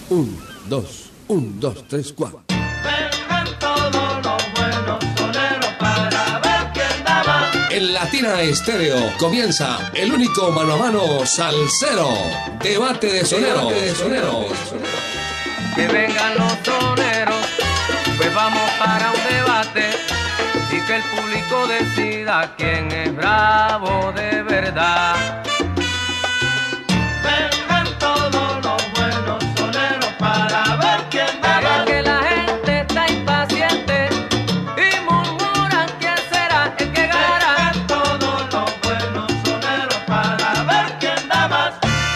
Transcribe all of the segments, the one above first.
1, 2, 1, 2, 3, 4. Vengan todos los buenos soneros para ver quién da más. En Latina Estéreo comienza el único mano a mano salsero. Debate de sonero. Que vengan los soneros, pues vamos para un debate y que el público decida quién es bravo de verdad. Vengan todos los buenos soneros para ver quién da más. Que la gente está impaciente y murmuran quién será el que ganará. Vengan todos los buenos soneros para ver quién da más.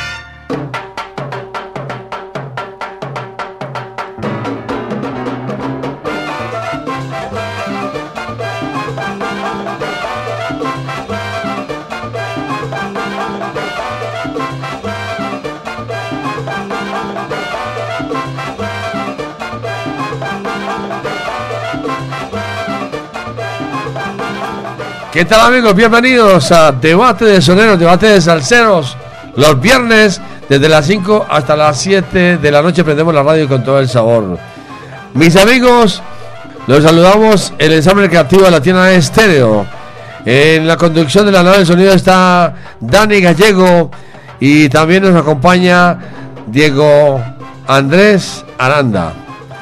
¿Qué tal, amigos? Bienvenidos a Debate de Soneros, Debate de Salseros. Los viernes, desde las 5 hasta las 7 de la noche, prendemos la radio con todo el sabor. Mis amigos, los saludamos en el ensamble creativo de Latina Estéreo. En la conducción de la nave del sonido está Dani Gallego y también nos acompaña Diego Andrés Aranda.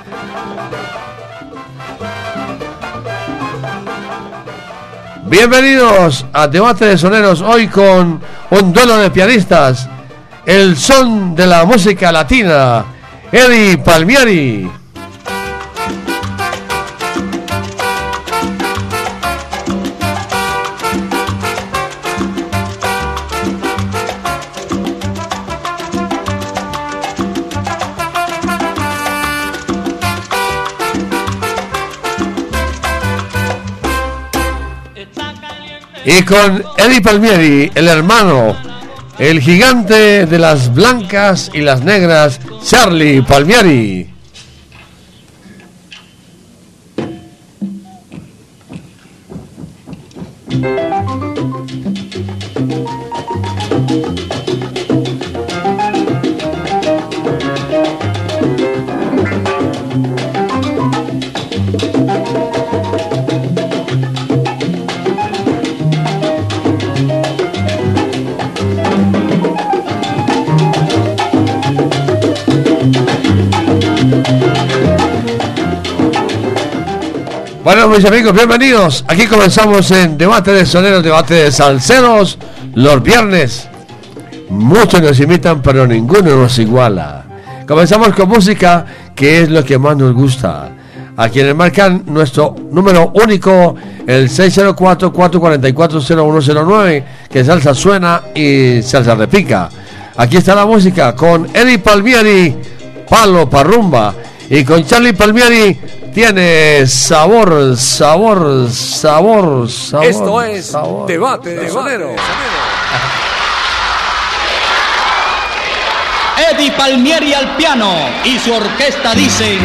Bienvenidos a Debate de Soneros, hoy con un duelo de pianistas, el son de la música latina, Eddie Palmieri. Y con Eddie Palmieri, el hermano, el gigante de las blancas y las negras, Charlie Palmieri. Bueno, mis amigos, bienvenidos. Aquí comenzamos en Debate de Soneros, Debate de Salseros, los viernes. Muchos nos imitan, pero ninguno nos iguala. Comenzamos con música, que es lo que más nos gusta. A quienes marcan nuestro número único, el 604-444-0109, que salsa suena y salsa repica. Aquí está la música con Eddie Palmieri, Palo pa' Rumba, y con Charlie Palmieri. Tiene sabor. Esto es sabor. Debate de Sonero. Eddie Palmieri al piano y su orquesta dicen: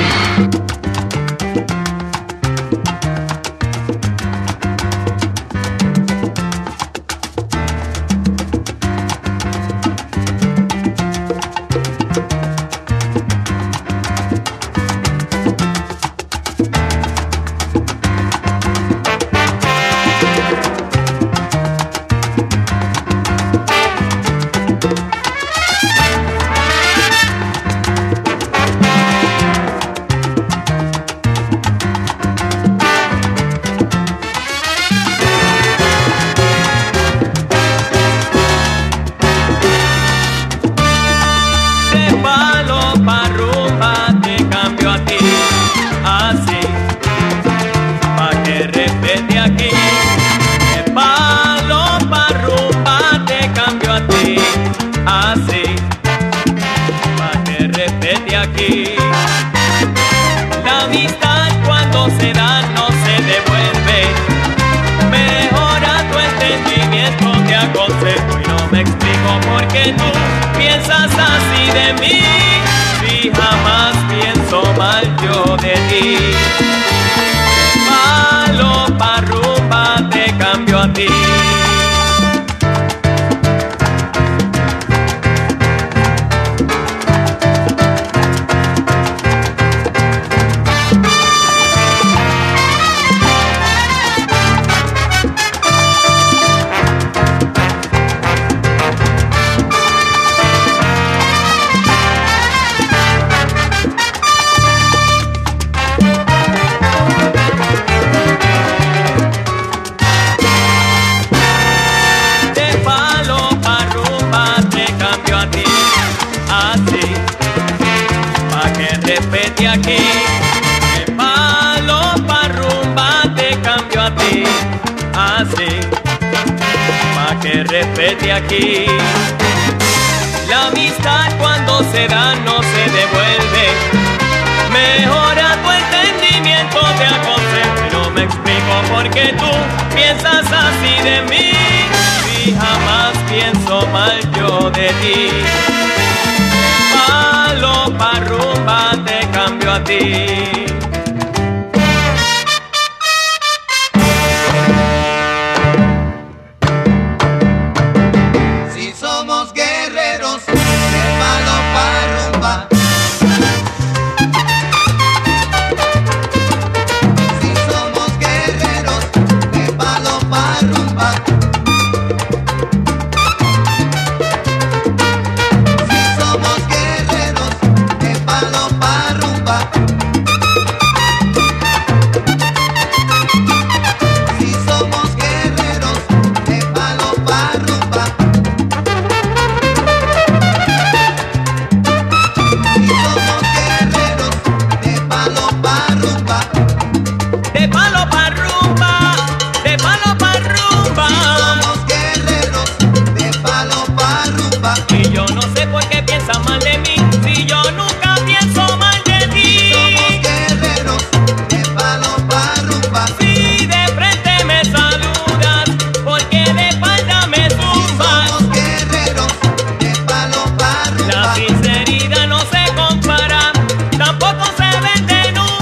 la amistad cuando se da no se devuelve. Mejora tu entendimiento, te aconsejo y no me explico por qué tú piensas así de mí. Si jamás pienso mal yo de ti. Palo pa' rumba te cambio a ti. repete aquí. De palo pa' rumba te cambio a ti. Así, pa' que repete aquí. La amistad cuando se da no se devuelve. Mejora tu entendimiento, te aconsejo y no me explico por qué tú piensas así de mí. Y jamás pienso mal yo de ti. Palo pa' rumba te cambio a ti. Si somos guerreros, de palo pa' rumba. Si somos guerreros, de palo pa' rumba. Si somos guerreros, de palo pa' rumba. Si somos guerreros, de palo pa' rumba. Si somos guerreros, de palo pa' rumba. De palo pa' rumba, de palo pa' rumba. Somos guerreros, de palo pa' rumba. Y yo no sé por qué piensas mal de mí, si yo nunca pienso mal de ti. Somos guerreros, de palo pa' rumba. Si de frente me saludas, porque de espalda me zumbas. Somos guerreros, de palo pa' La rumba. sinceridad no se compara, tampoco se vende nunca.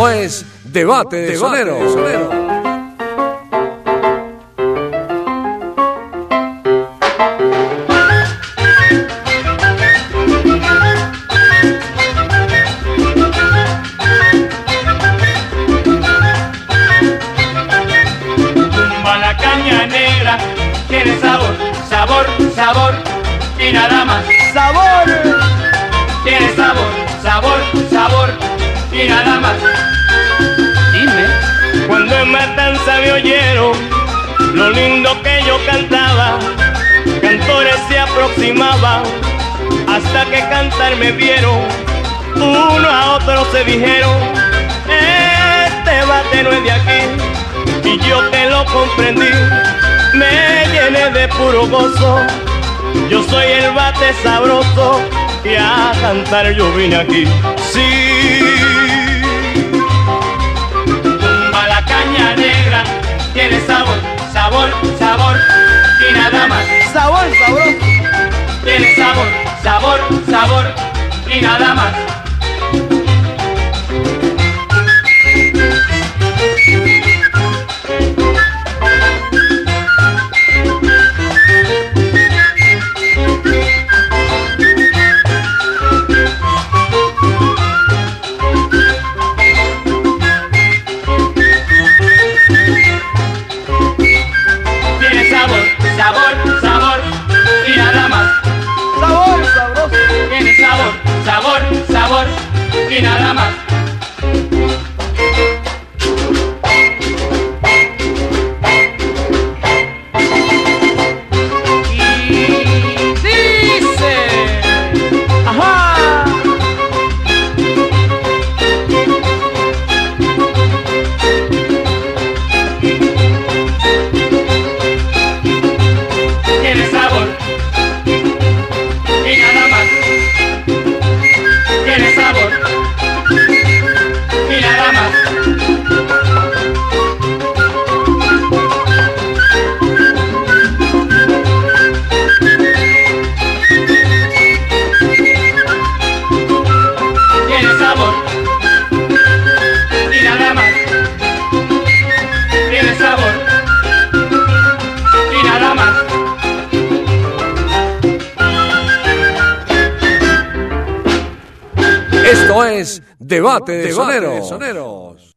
Esto es Debate de Soneros. La caña negra tiene sabor, sabor, sabor y nada más. ¡Sabor! Tiene sabor, sabor, sabor y nada más. Dime. Cuando en Matanza me oyeron lo lindo que yo cantaba, cantores se aproximaban hasta que cantar me vieron. Uno a otro se dijeron, este bate no es de aquí. Y yo que lo comprendí, me llené de puro gozo. Yo soy el bate sabroso y a cantar yo vine aquí. Sí. Tumba la caña negra, tiene sabor, sabor, sabor y nada más. Sabor, sabroso. Tiene sabor, sabor, sabor y nada más. Sabor, sabor y nada más. Y dice, ajá. Tiene sabor y nada más. Tiene sabor y nada más. Tiene sabor y nada más. Tiene sabor y nada más. Esto es Debate de Soneros.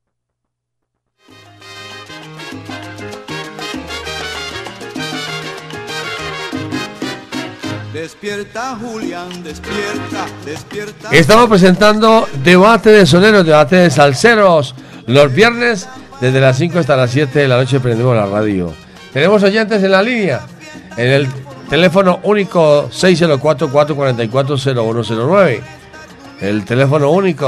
Despierta, Julián, despierta, despierta. Estamos presentando Debate de Soneros, Debate de Salseros. Los viernes, desde las 5 hasta las 7 de la noche, prendemos la radio. Tenemos oyentes en la línea. En el teléfono único 604-444-0109. El teléfono único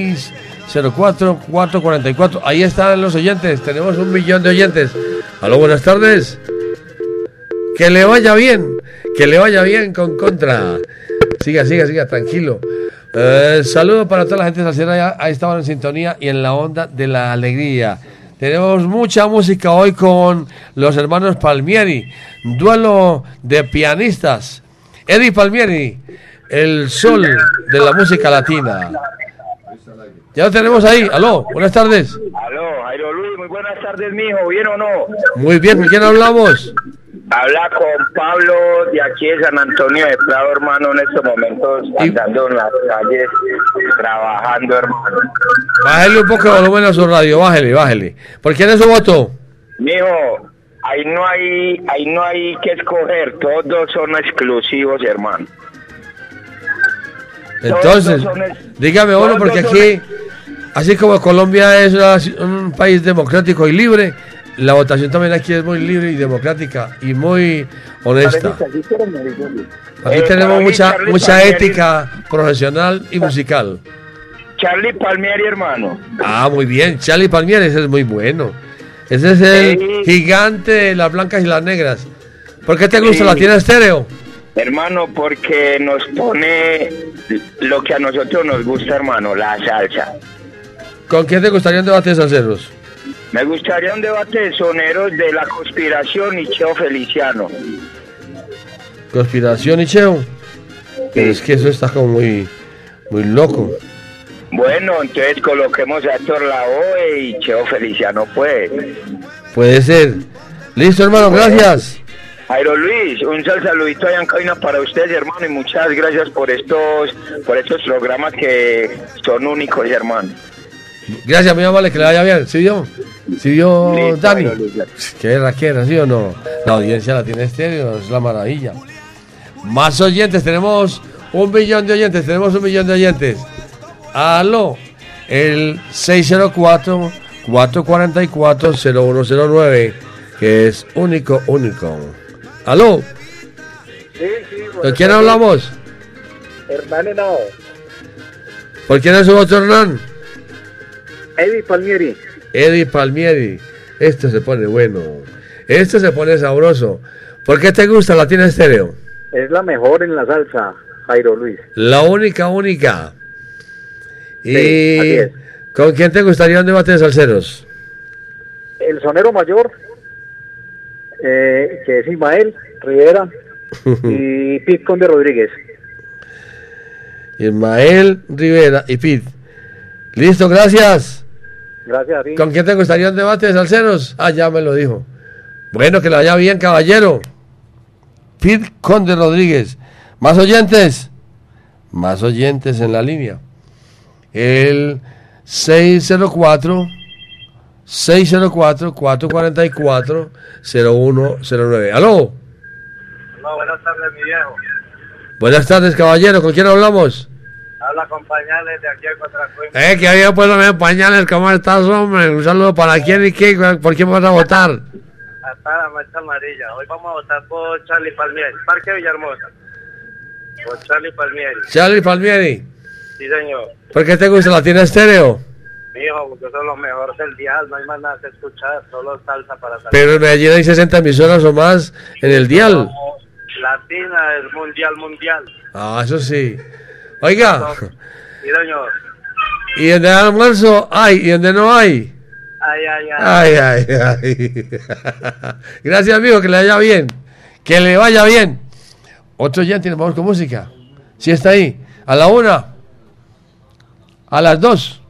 604-444. Ahí están los oyentes. Tenemos 1 millón de oyentes. Aló, buenas tardes. Que le vaya bien. Que le vaya bien con Contra. Siga, tranquilo. Saludos para toda la gente salsera. Ahí estaban en sintonía y en la onda de la alegría. Tenemos mucha música hoy con los hermanos Palmieri. Duelo de pianistas. Eddie Palmieri, el sol de la música latina. Ya lo tenemos ahí. Aló, buenas tardes. Aló, Jairo Luis, muy buenas tardes, mijo. ¿Bien o no? Muy bien, ¿con quién hablamos? Habla con Pablo de aquí de San Antonio de Prado, hermano, en estos momentos andando en las calles, trabajando, hermano. Bájale un poco de volumen a su radio, bájale. ¿Por quién es su voto? Mijo, ahí no hay que escoger, todos son exclusivos, hermano. Entonces, dígame uno, porque aquí, así como Colombia es un país democrático y libre, la votación también aquí es muy libre y democrática y muy honesta. Aquí tenemos mucha ética profesional y musical. Charlie Palmieri, hermano. Ah, muy bien, Charlie Palmieri, ese es muy bueno. Ese es el gigante de las blancas y las negras. ¿Por qué te gusta? ¿Latina Estéreo? Hermano, porque nos pone lo que a nosotros nos gusta, hermano, la salsa. ¿Con quién te gustaría un debate de salseros? Me gustaría un debate de soneros de La Conspiración y Cheo Feliciano. Conspiración y Cheo. Pero es que eso está como muy loco. Bueno, entonces coloquemos a Héctor Lavoe y Cheo Feliciano, pues. Puede ser. Listo, hermano, gracias. Jairo Luis, un saludito allá en cabina para ustedes, hermano, y muchas gracias por estos programas que son únicos, hermano. Gracias, mi amable, que le vaya bien. ¿Sí vio? ¿Sí vio, Listo, Dani? Jairo Luis. Qué raquera, ¿sí o no? La audiencia la tiene estéreo, es la maravilla. Más oyentes, tenemos 1 millón de oyentes, Aló, el 604-444-0109, que es único. Aló, Sí, ¿con quién hablamos? Hernán Henao. ¿Por quién es su otro Hernán? Eddie Palmieri. Eddie Palmieri. Esto se pone bueno. Esto se pone sabroso. ¿Por qué te gusta Latina Estéreo? Es la mejor en la salsa, Jairo Luis. La única. Y Sí, así es. ¿con quién te gustaría un debate de salseros? El sonero mayor, que es Ismael Rivera, y Pete Conde Rodríguez. Ismael Rivera y Pete. Listo, gracias. Gracias a ti. ¿Con quién te gustaría un debate de salseros? Ah, ya me lo dijo. Bueno, que le vaya bien, caballero. Pete Conde Rodríguez. ¿Más oyentes? Más oyentes en la línea. El 604-444-0109. ¿Aló? No, buenas tardes, mi viejo. Buenas tardes, caballero. ¿Con quién hablamos? Habla con pañales de aquí a Contracuenca. Que había puesto mis pañales. ¿Cómo estás, hombre? Un saludo para quién y qué. ¿Por quién vas a votar? Hasta la marcha amarilla. Hoy vamos a votar por Charlie Palmieri. Parque Villahermosa. Por Charlie Palmieri. Charlie Palmieri. Sí, señor. ¿Por qué te gusta Latina Estéreo? Mijo, porque son los mejores del dial. No hay más nada que escuchar. Solo salsa para salsa. Pero en Medellín hay 60 emisoras o más en el dial. Latina es mundial. Ah, eso sí. Oiga, Sí, señor. ¿y en el almuerzo hay y donde no hay? Ay. Ay. Gracias, amigo, que le vaya bien. Que le vaya bien. Otro ya tiene, vamos con música. Sí está ahí. A la 1. A las 2.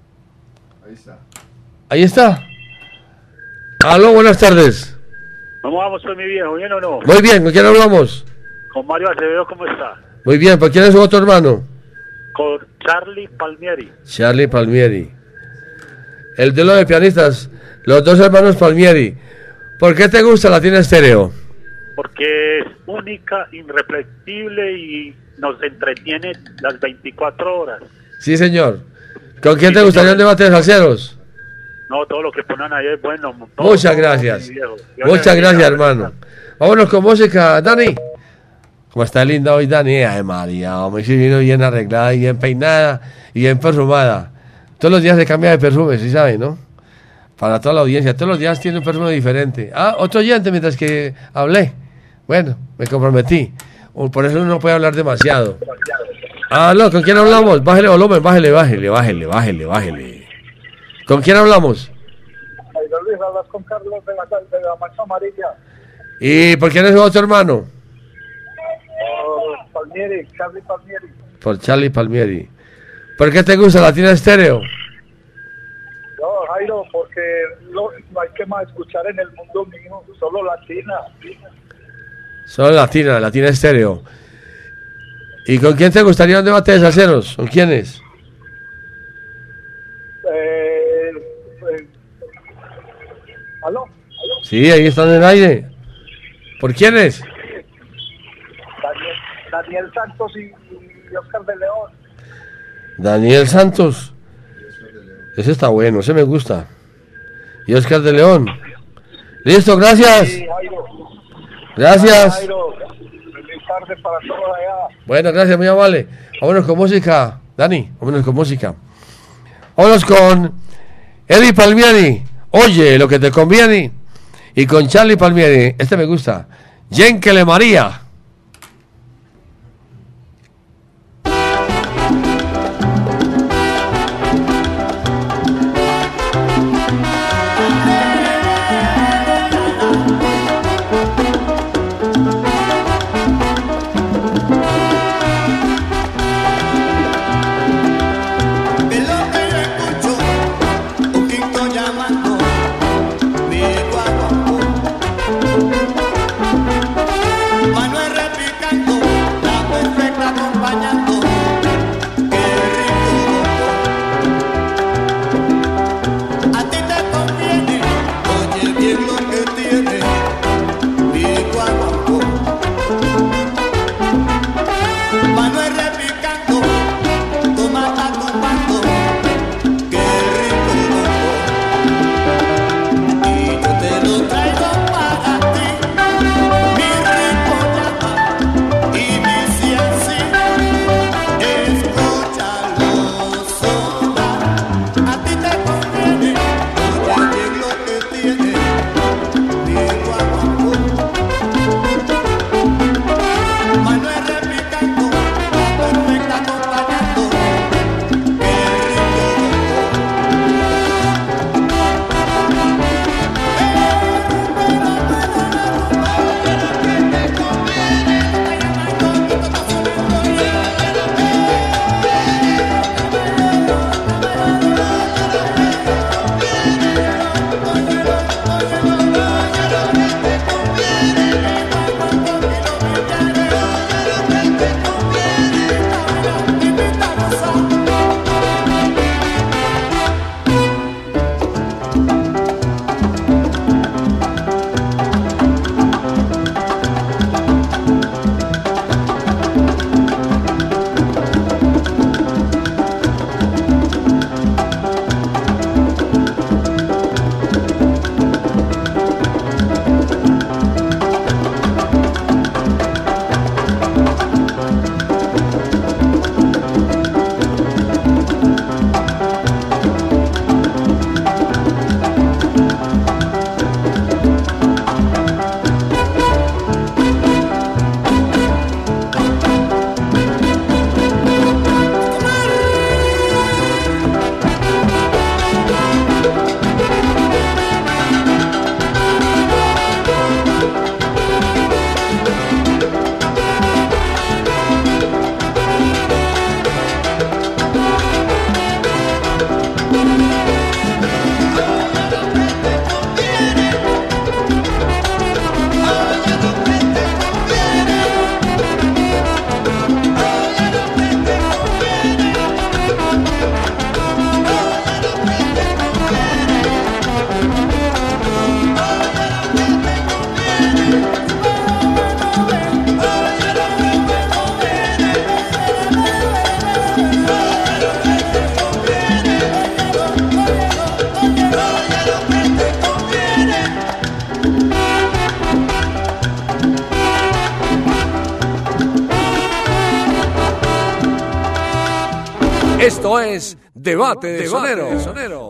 Ahí está. Aló, buenas tardes. ¿Cómo vamos con mi viejo? ¿Bien o no? Muy bien, ¿con quién hablamos? Con Mario Acevedo, ¿cómo está? Muy bien, ¿por quién es su otro hermano? Con Charlie Palmieri. Charlie Palmieri. El duelo de pianistas, los dos hermanos Palmieri. ¿Por qué te gusta Latina Estéreo? Porque es única, irrepetible y nos entretiene las 24 horas. Sí, señor. ¿Con quién te gustaría un debate de salseros? No, todo lo que ponen ahí es bueno. Muchas gracias. Mi viejo. Muchas gracias, hermano. Vámonos con música, Dani. ¿Cómo está linda hoy, Dani? Ay, María, hombre, sí vino bien arreglada y bien peinada y bien perfumada. Todos los días se cambia de perfume, ¿sí saben, no? Para toda la audiencia, todos los días tiene un perfume diferente. Ah, otro oyente mientras que hablé. Bueno, me comprometí. Por eso uno no puede hablar demasiado. Aló, ¿con quién hablamos? Bájale volumen, bájale. ¿Con quién hablamos? Luis, hablas con Carlos de la Marcha Amarilla. ¿Y por quién es su otro hermano? Palmieri, Charlie Palmieri. Por Charlie Palmieri. ¿Por qué te gusta Latina Estéreo? No, Jairo, porque no hay que más escuchar en el mundo mío, solo Latina. Solo Latina Estéreo. ¿Y con quién te gustaría un debate de salseros? ¿Con quiénes? ¿Aló? Sí, ahí están en el aire. ¿Por quiénes? Daniel Santos y Oscar de León. Daniel Santos. Ese está bueno, ese me gusta. Y Oscar de León. Listo, gracias. Sí, Jairo. Gracias. Jairo, feliz tarde para todos allá. Bueno, gracias, muy amable. Vámonos con música. Dani, vámonos con música. Vámonos con Eddie Palmieri. Oye, lo que te conviene. Y con Charlie Palmieri. Este me gusta. Yenkele María. Esto es Debate de Sonero.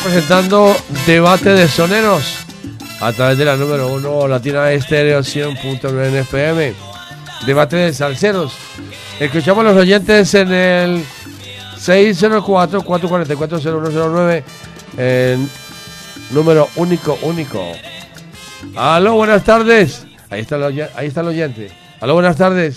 presentando Debate de Soneros a través de la número 1 Latina Estéreo 100.9 FM. Debate de Salseros. Escuchamos a los oyentes en el 604-444-0109, número único. Aló, buenas tardes. Ahí está el oyente. Aló, buenas tardes.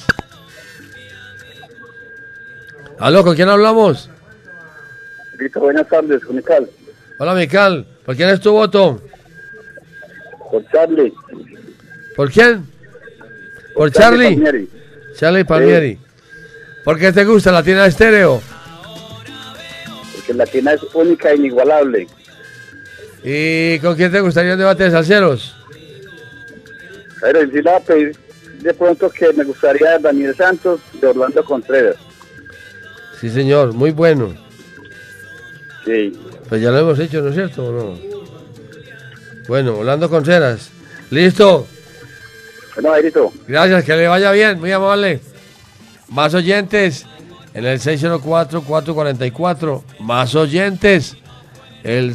Aló, ¿con quién hablamos? Buenas tardes, con Mical. Hola, Mical. ¿Por quién es tu voto? Por Charlie. ¿Por quién? ¿Por Charlie? Palmieri. Charlie Palmieri. Sí. ¿Por qué te gusta Latina Estéreo? Porque Latina es única e inigualable. ¿Y con quién te gustaría un debate de salseros? Pero si la pedir de pronto que me gustaría Daniel Santos de Orlando Contreras. Sí, señor, muy bueno. Sí. Pues ya lo hemos hecho, ¿no es cierto o no? Bueno, Orlando Contreras. ¿Listo? Bueno, Airito. Gracias, que le vaya bien, muy amable. Más oyentes en el 604-444. Más oyentes. El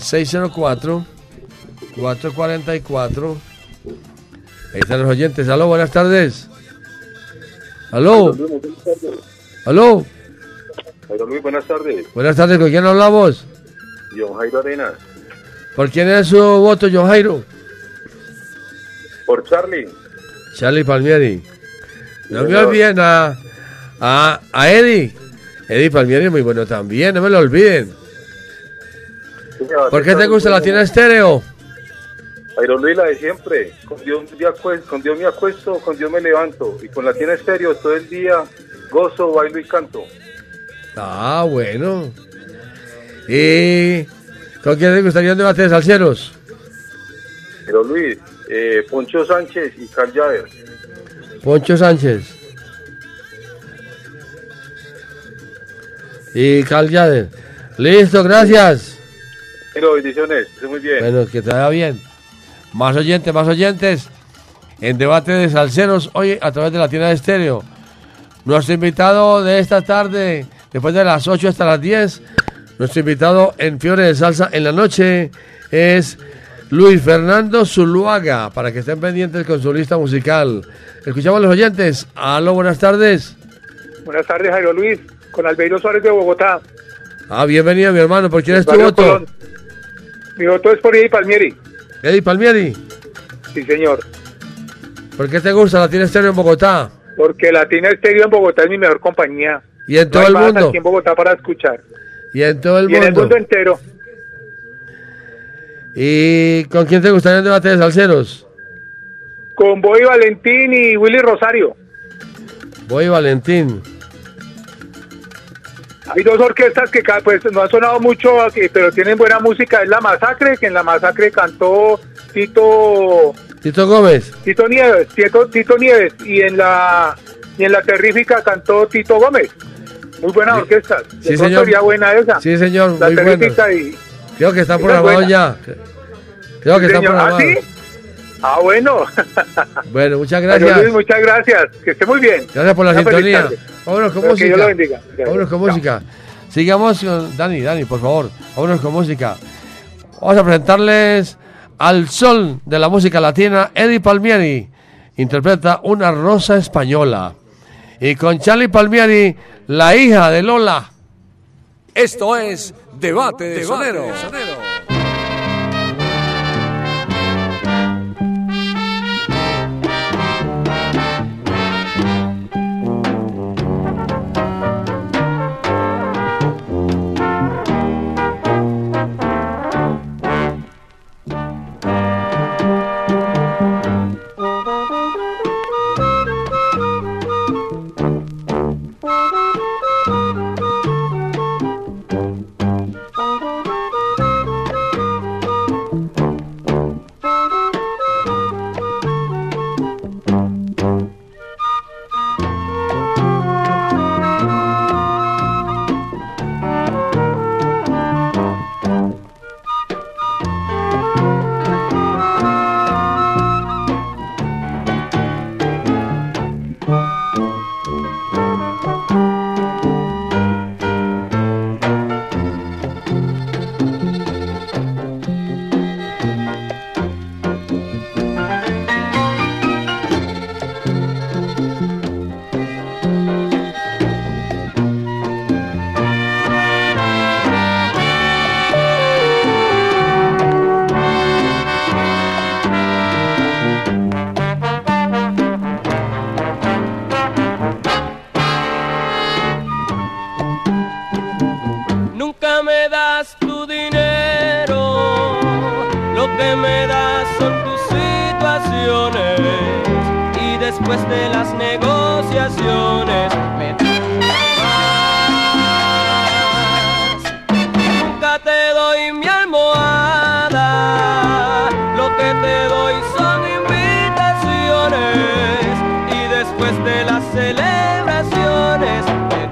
604-444. Ahí están los oyentes. Aló, buenas tardes. Aló. Aló. Jairo Luis, buenas tardes. Buenas tardes, ¿con quién hablamos? John Jairo Arenas. ¿Por quién es su voto, John Jairo? Por Charlie. Charlie Palmieri. No me olviden a Eddie. Eddie Palmieri es muy bueno también, no me lo olviden. ¿Por qué te gusta Latina Estéreo? Jairo Luis, la de siempre. Con Dios me acuesto, con Dios me levanto. Y con Latina Estéreo todo el día gozo, bailo y canto. Ah, bueno. ¿Y con quién te gustaría un debate de salseros? Jairo Luis, Poncho Sánchez y Carl Jader. Poncho Sánchez y Carl Jader. Listo, gracias. Pero bendiciones, esté muy bien. Bueno, que te vaya bien. Más oyentes en debate de salseros hoy a través de Latina Estéreo. Nuestro invitado de esta tarde, después de las 8 hasta las 10, nuestro invitado en Fiebre de Salsa en la noche es Luis Fernando Zuluaga, para que estén pendientes con su lista musical. Escuchamos a los oyentes. Aló, buenas tardes. Buenas tardes, Jairo Luis, con Albeiro Suárez de Bogotá. Ah, bienvenido, mi hermano. ¿Por quién es tu voto? Colón. Mi voto es por Eddie Palmieri. ¿Eddie Palmieri? Sí, señor. ¿Por qué te gusta Latina Estéreo en Bogotá? Porque Latina Estéreo en Bogotá es mi mejor compañía. ¿Y en todo el mundo? Aquí en Bogotá para escuchar. ¿Y en todo el mundo? Y en el mundo entero. ¿Y con quién te gustaría un debate de salseros? Con Boy Valentín y Willy Rosario. Boy Valentín. Hay dos orquestas que pues no han sonado mucho, pero tienen buena música. Es La Masacre, que en La Masacre cantó Tito Gómez. Tito Nieves. Y en la Terrífica cantó Tito Gómez. Muy buena orquesta. Sí, señor. Sería buena esa. Sí, señor. La muy Terrífica bueno. y... Creo que está programado ya. Creo que está programado. ¿Ah, sí? Ah, bueno. Bueno, muchas gracias. Luis, muchas gracias. Que esté muy bien. Gracias por la sintonía. Vámonos con música. Que Dios lo bendiga. Vámonos con música. Sigamos con Dani, por favor. Vámonos con música. Vamos a presentarles al sol de la música latina, Eddie Palmieri. Interpreta Una rosa española. Y con Charlie Palmieri, la hija de Lola. Esto es Debate de Sonero. son tus situaciones y después de las negociaciones me nunca te doy mi almohada, lo que te doy son invitaciones y después de las celebraciones me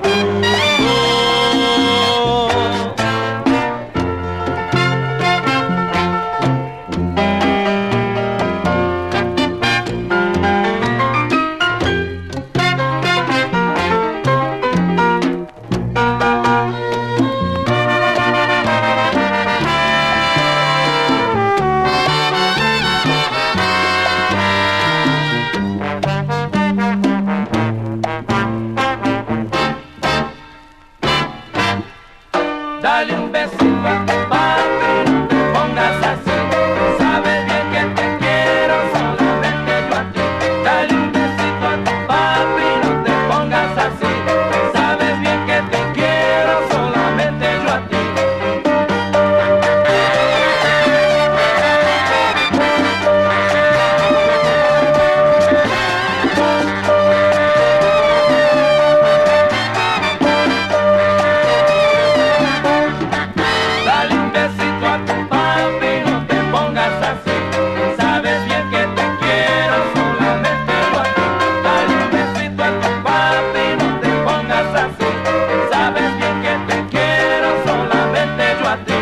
dale un besito a tu papi, no te pongas así. Sabes bien que te quiero, solamente yo a ti. Dale un besito a tu papi, no te pongas así. Sabes bien que te quiero, solamente yo a ti. Dale un besito a tu papi, no te pongas así. Sabes bien que te quiero, solamente yo a ti. Dale un besito a tu papi, no te pongas así. Sabes bien que te quiero, solamente yo a ti.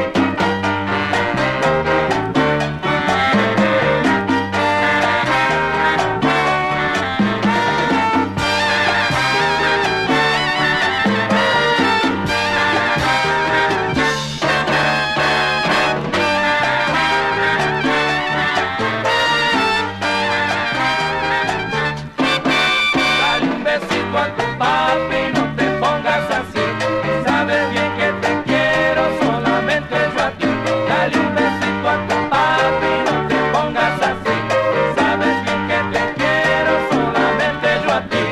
Dale un besito a tu papi, no te pongas así. Sabes bien que te quiero, solamente yo a ti. Dale un besito a tu papi, no te pongas así. Sabes bien que te quiero, solamente yo a ti.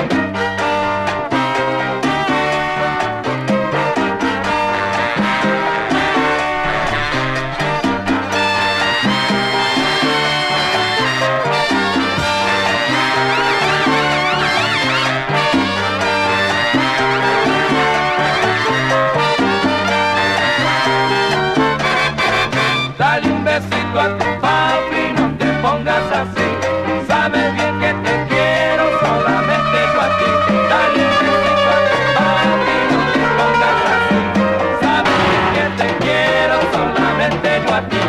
Dale un besito a tu papi, no te pongas así. Sabes bien que te quiero, solamente yo a ti. Dale un besito a tu papi, no te pongas así. Sabes bien que te quiero, solamente yo a ti.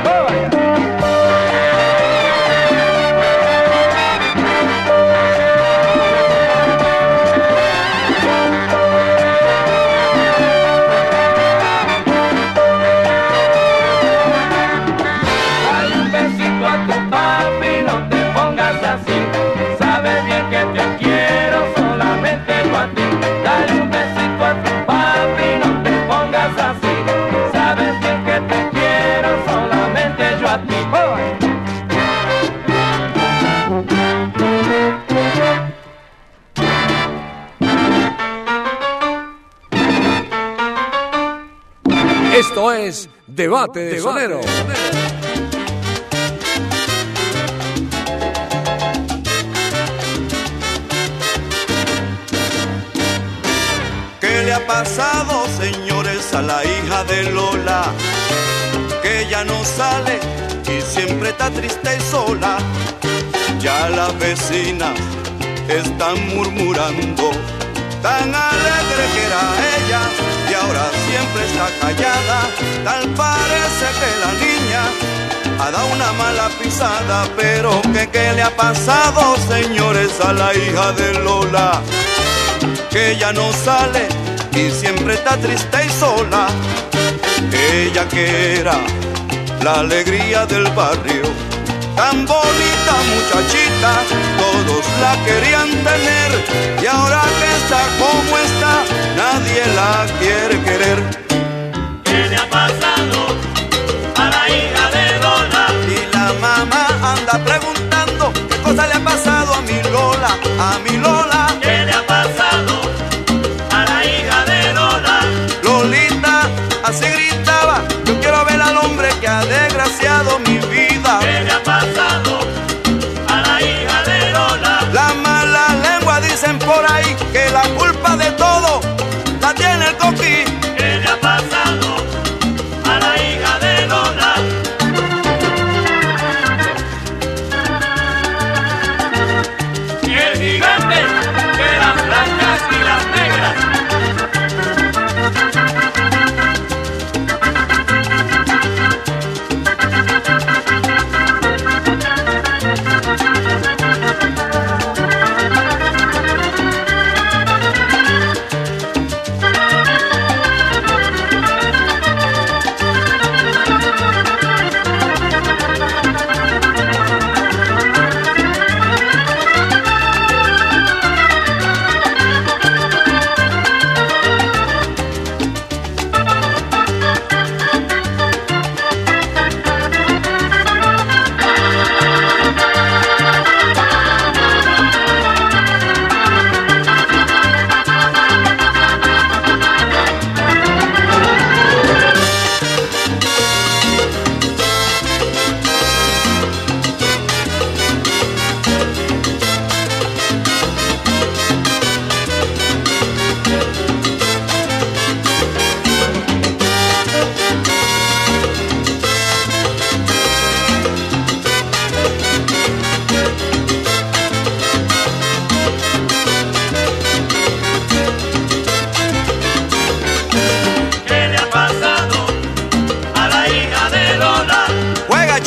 Dale un besito a tu papi, no te pongas así. Sabes bien que te quiero, solamente yo a ti. Dale un besito a tu papi, no te pongas así. Sabes bien que te quiero, solamente yo a ti. Esto es Debate de Sonero. ¿Qué le ha pasado, señores, a la hija de Lola? Que ya no sale y siempre está triste y sola. Ya las vecinas están murmurando, tan alegre que era ella y ahora siempre está callada. Tal parece que la niña ha dado una mala pisada. Pero ¿qué le ha pasado, señores, a la hija de Lola? Que ya no sale y siempre está triste y sola. Ella que era la alegría del barrio, tan bonita muchachita, todos la querían tener. Y ahora que está como está, nadie la quiere querer. ¿Qué le ha pasado a la hija de Lola? Y la mamá anda preguntando qué cosa le ha pasado a mi Lola, a mi Lola. ¿Qué le ha pasado a la hija de Lola? Lolita así gritaba, yo quiero ver al hombre que ha desgraciado mi vida. ¿Qué le ha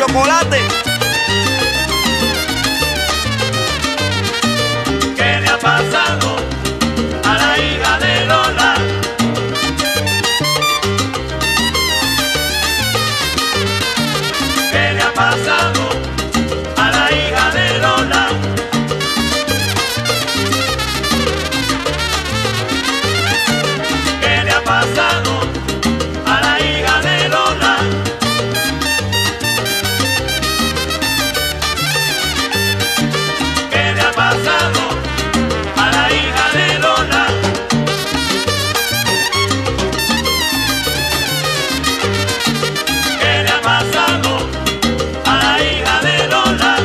chocolate. ¿Qué le ha pasado a la hija de Lola? ¿Qué le ha pasado a la hija de Lola? ¿Qué le ha pasado a la hija de Lola? ¿Qué le ha pasado a la hija de Lola? ¿Qué le ha pasado a la hija de Lola?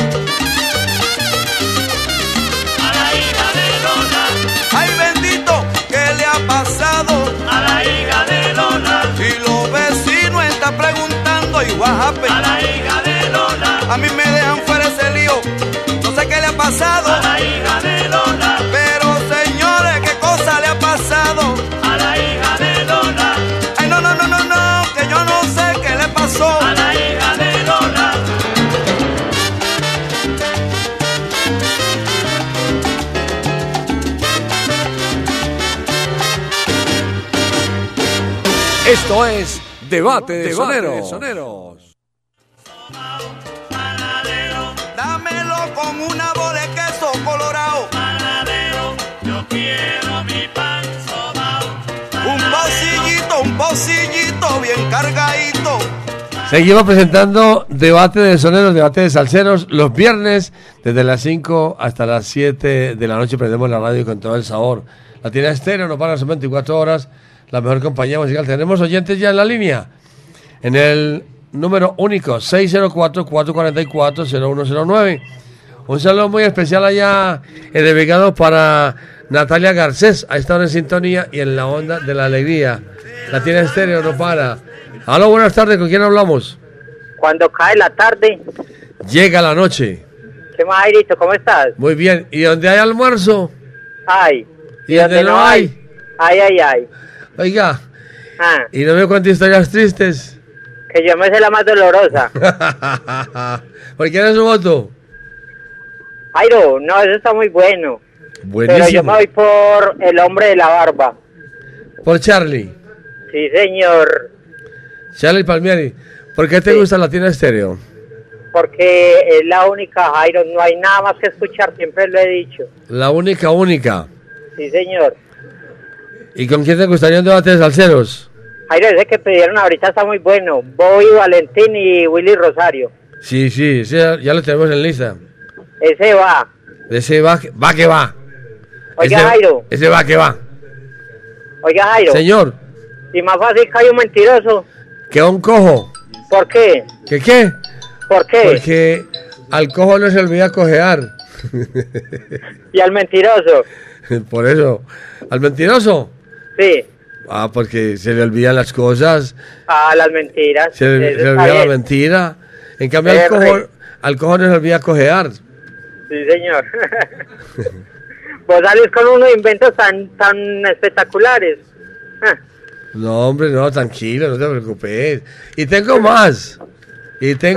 A la hija de Lola. Ay, bendito, ¿qué le ha pasado a la hija de Lola? Y los vecinos están preguntando y what happened? A la hija de Lola. A mí me dejan fuera ese lío, no sé qué le ha pasado a la hija de Lola. Pero señores, ¿qué cosa le ha pasado a la hija de Lola? Ay, no, que yo no sé qué le pasó a la hija de Lola. Esto es Debate de Soneros. Dámelo con una bola de queso colorado. Panadero, yo quiero mi pan sobao. Un pocillito bien cargadito. Seguimos presentando Debate de Soneros, Debate de Salseros, los viernes desde las 5 hasta las 7 de la noche prendemos la radio con todo el sabor. Latina Estéreo no para, son 24 horas, la mejor compañía musical. Tenemos oyentes ya en la línea, en el número único 604-444-0109. Un saludo muy especial allá en Envigado para Natalia Garcés, a esta hora en sintonía y en la onda de la alegría. Latina Estéreo no para. Aló, buenas tardes, ¿con quién hablamos? Cuando cae la tarde, llega la noche. ¿qué más, Jairito? ¿Cómo estás? Muy bien, ¿y donde hay almuerzo? Ay. ¿Y donde no hay? Ay. Oiga, ¿y no me cuenta historias tristes? Que yo me sé la más dolorosa. ¿Por quién es su voto? Jairo, no, eso está muy bueno. Buenísimo. Pero yo me voy por el hombre de la barba. Por Charlie. Sí, señor. Charlie Palmieri. ¿Por qué te gusta Latina Estéreo? Porque es la única, Jairo, no hay nada más que escuchar, siempre lo he dicho. La única. Sí, señor. ¿Y con quién te gustaría un debate de salseros? Jairo, ese que pidieron ahorita está muy bueno. Bobby Valentín y Willy Rosario. Sí, ese ya lo tenemos en lista. Ese va. Ese va que va. Oiga, Jairo. Ese va que va. Oiga, Jairo. Señor. Y más fácil que hay un mentiroso. Que un cojo. ¿Por qué? ¿Que qué? ¿Por qué? Porque al cojo no se olvida cojear. ¿Y al mentiroso? Por eso. ¿Al mentiroso? Sí. Porque se le olvidan las cosas. Las mentiras. Se le olvida la mentira. En cambio al cojo no se olvida cojear. Sí, señor. Vos salís con unos inventos tan espectaculares. No, hombre, no, tranquilo, no te preocupes. Y tengo más. Yo sé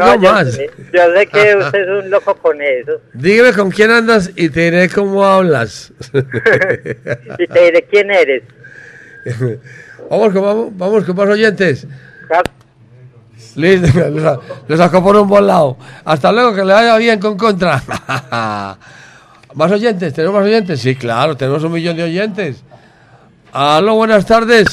que usted es un loco con eso. Dígame con quién andas y te diré cómo hablas. Y te diré quién eres. Vamos con más oyentes. Listo, lo sacó por un buen lado. Hasta luego, que le vaya bien con Contra. ¿Más oyentes? ¿Tenemos más oyentes? Sí, claro, tenemos 1 millón de oyentes. Aló, buenas tardes.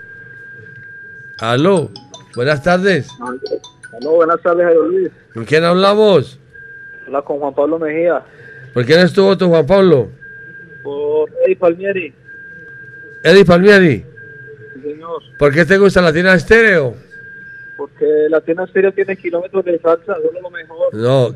Aló, buenas tardes. Aló, buenas tardes, Jairo Luis. ¿Con quién hablamos? Habla con Juan Pablo Mejía. ¿Por quién es tu voto, Juan Pablo? Por Eddie Palmieri. Eddie Palmieri. Sí, señor. ¿Por qué te gusta Latina Estéreo? Porque Latina Estéreo tiene kilómetros de salsa, eso es lo mejor. No,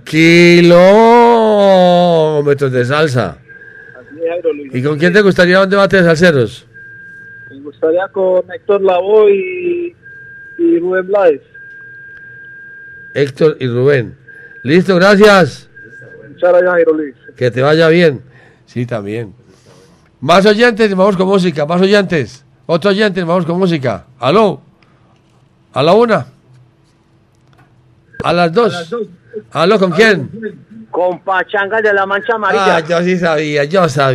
kilómetros de salsa. Así es, Jairo Luis. ¿Y con quién te gustaría un debate de salseros? Me gustaría con Héctor Lavoe y Rubén Blades. Héctor y Rubén. Listo, gracias. Muchas gracias, Jairo Luis. Que te vaya bien. Sí, también. Más oyentes, vamos con música. Más oyentes. Otro oyente, vamos con música. Aló. A la una. A las 2. ¿Aló, con quién? Con Pachanga de la Mancha Amarilla. Ah, yo sí sabía.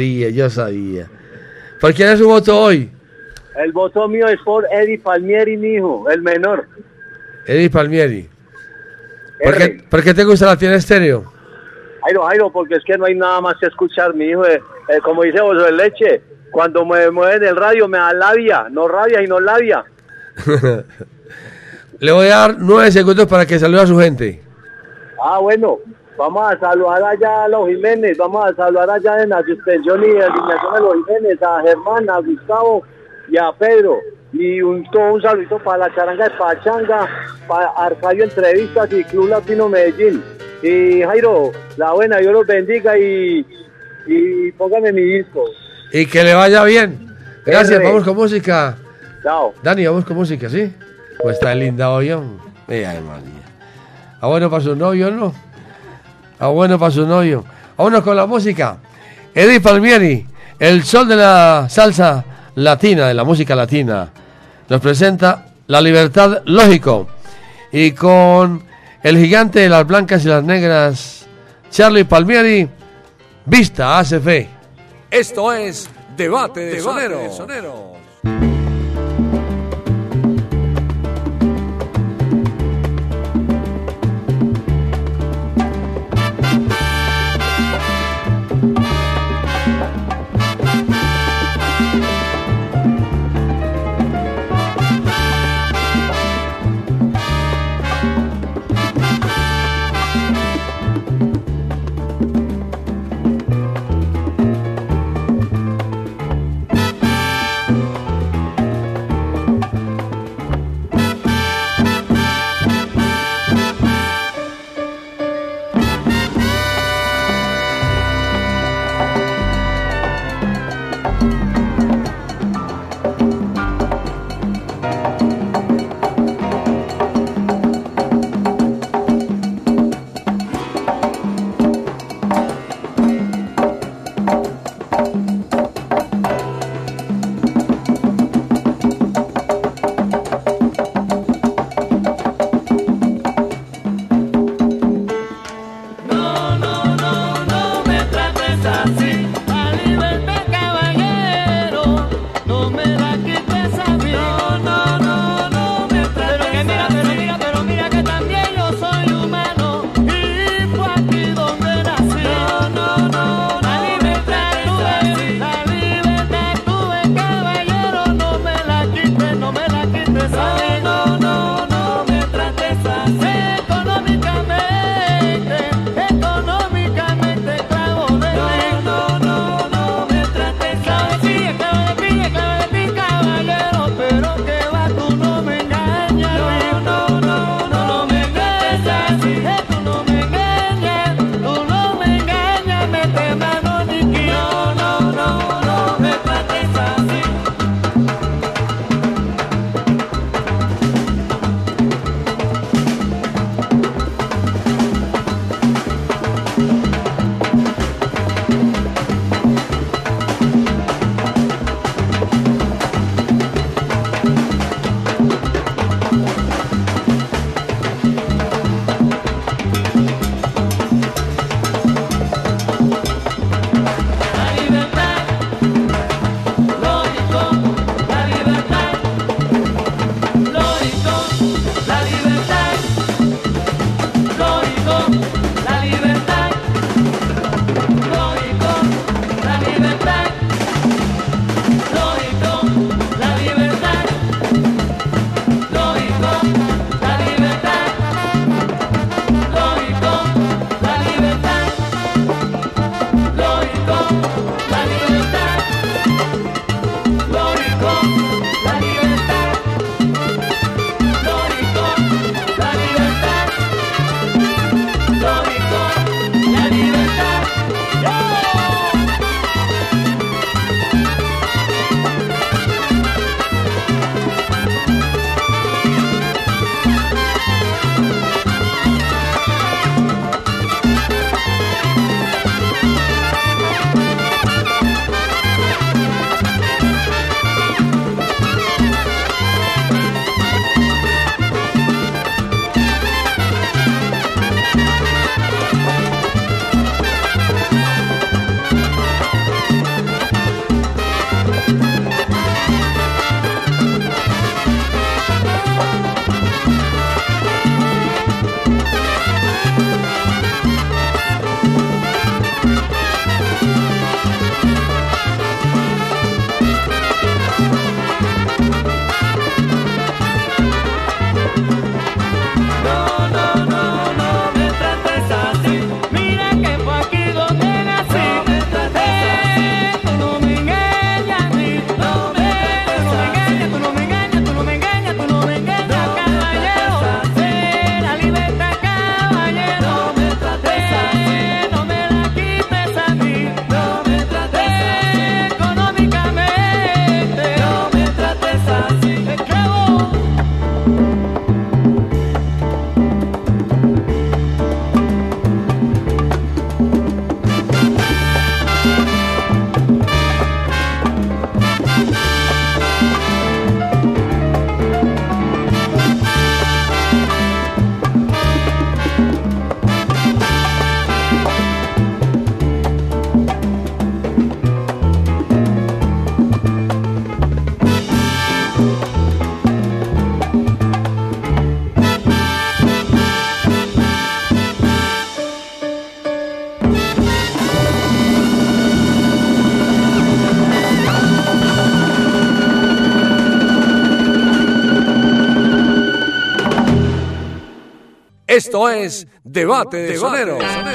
¿Por quién es su voto hoy? El voto mío es por Eddie Palmieri, mi hijo, el menor. Eddie Palmieri. ¿Por qué te gusta la Latina Estéreo? Jairo, porque es que no hay nada más que escuchar, mi hijo. Como dice Bozo de Leche, cuando me mueven el radio me da labia, no rabia y no labia. Le voy a dar 9 segundos para que salude a su gente. Bueno, vamos a saludar allá a los Jiménez, vamos a saludar allá en la suspensión y eliminación de los Jiménez, a Germán, a Gustavo y a Pedro. Y un saludito para la charanga de Pachanga, para Arcadio Entrevistas y Club Latino Medellín. Y Jairo, la buena, Dios los bendiga y póngame mi disco. Y que le vaya bien. Gracias, vamos con música. Chao. Dani, vamos con música, ¿sí? Pues está linda hoy, ay, María. Bueno para su novio, ¿no? Bueno para su novio. Vámonos con la música. Eddie Palmieri, el sol de la salsa latina, de la música latina, nos presenta La Libertad Lógico. Y con el gigante de las blancas y las negras, Charlie Palmieri, Vista hace fe. Esto es Debate de Soneros. Esto es Debate de Sonero.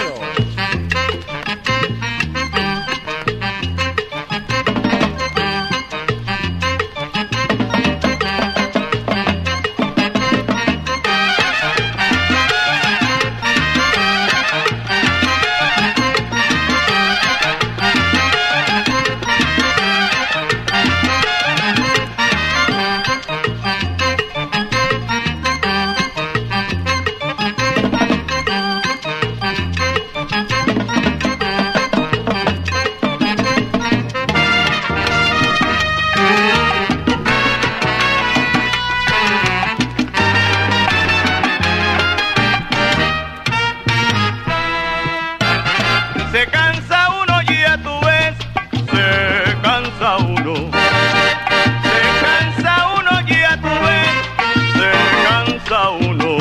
Se cansa uno y ya tú ves, se cansa uno. Se cansa uno y ya tú ves, se cansa uno.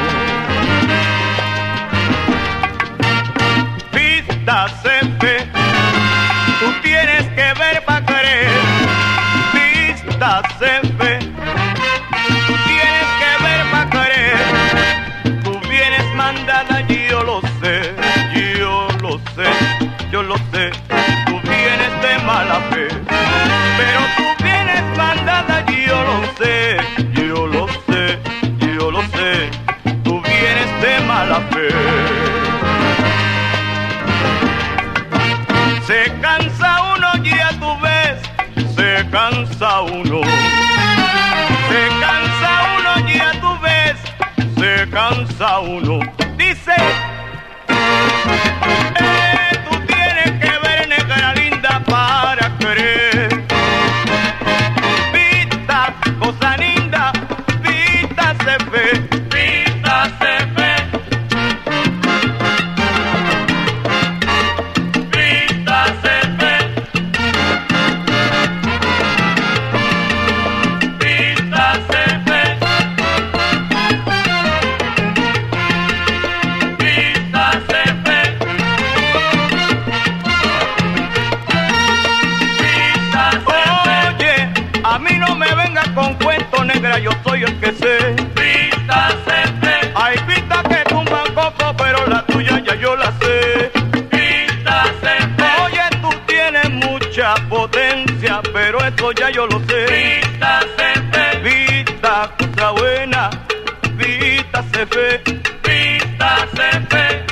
Vistas en fe, tú tienes que ver para creer. Vistas en fe, tú tienes que ver para creer. Tú vienes mandada y yo lo sé. Yo lo sé, tú vienes de mala fe, pero tú vienes mandada y yo lo sé, yo lo sé, yo lo sé, tú vienes de mala fe. Se cansa uno y ya tú ves, se cansa uno. Se cansa uno y ya tú ves, se cansa uno. Dice... para querer. Vista, cosa linda, vista se ve, vista se ve. Vista se ve. Vista se ve. Vista se ve. A mí no me vengas con cuento negra, yo soy el que sé. Vista se ve. Hay vistas que tumban coco, pero la tuya ya yo la sé. Vista se ve. Oye, tú tienes mucha potencia, pero eso ya yo lo sé. Vista se ve. Vista, cosa buena, vista se ve. Vista se ve.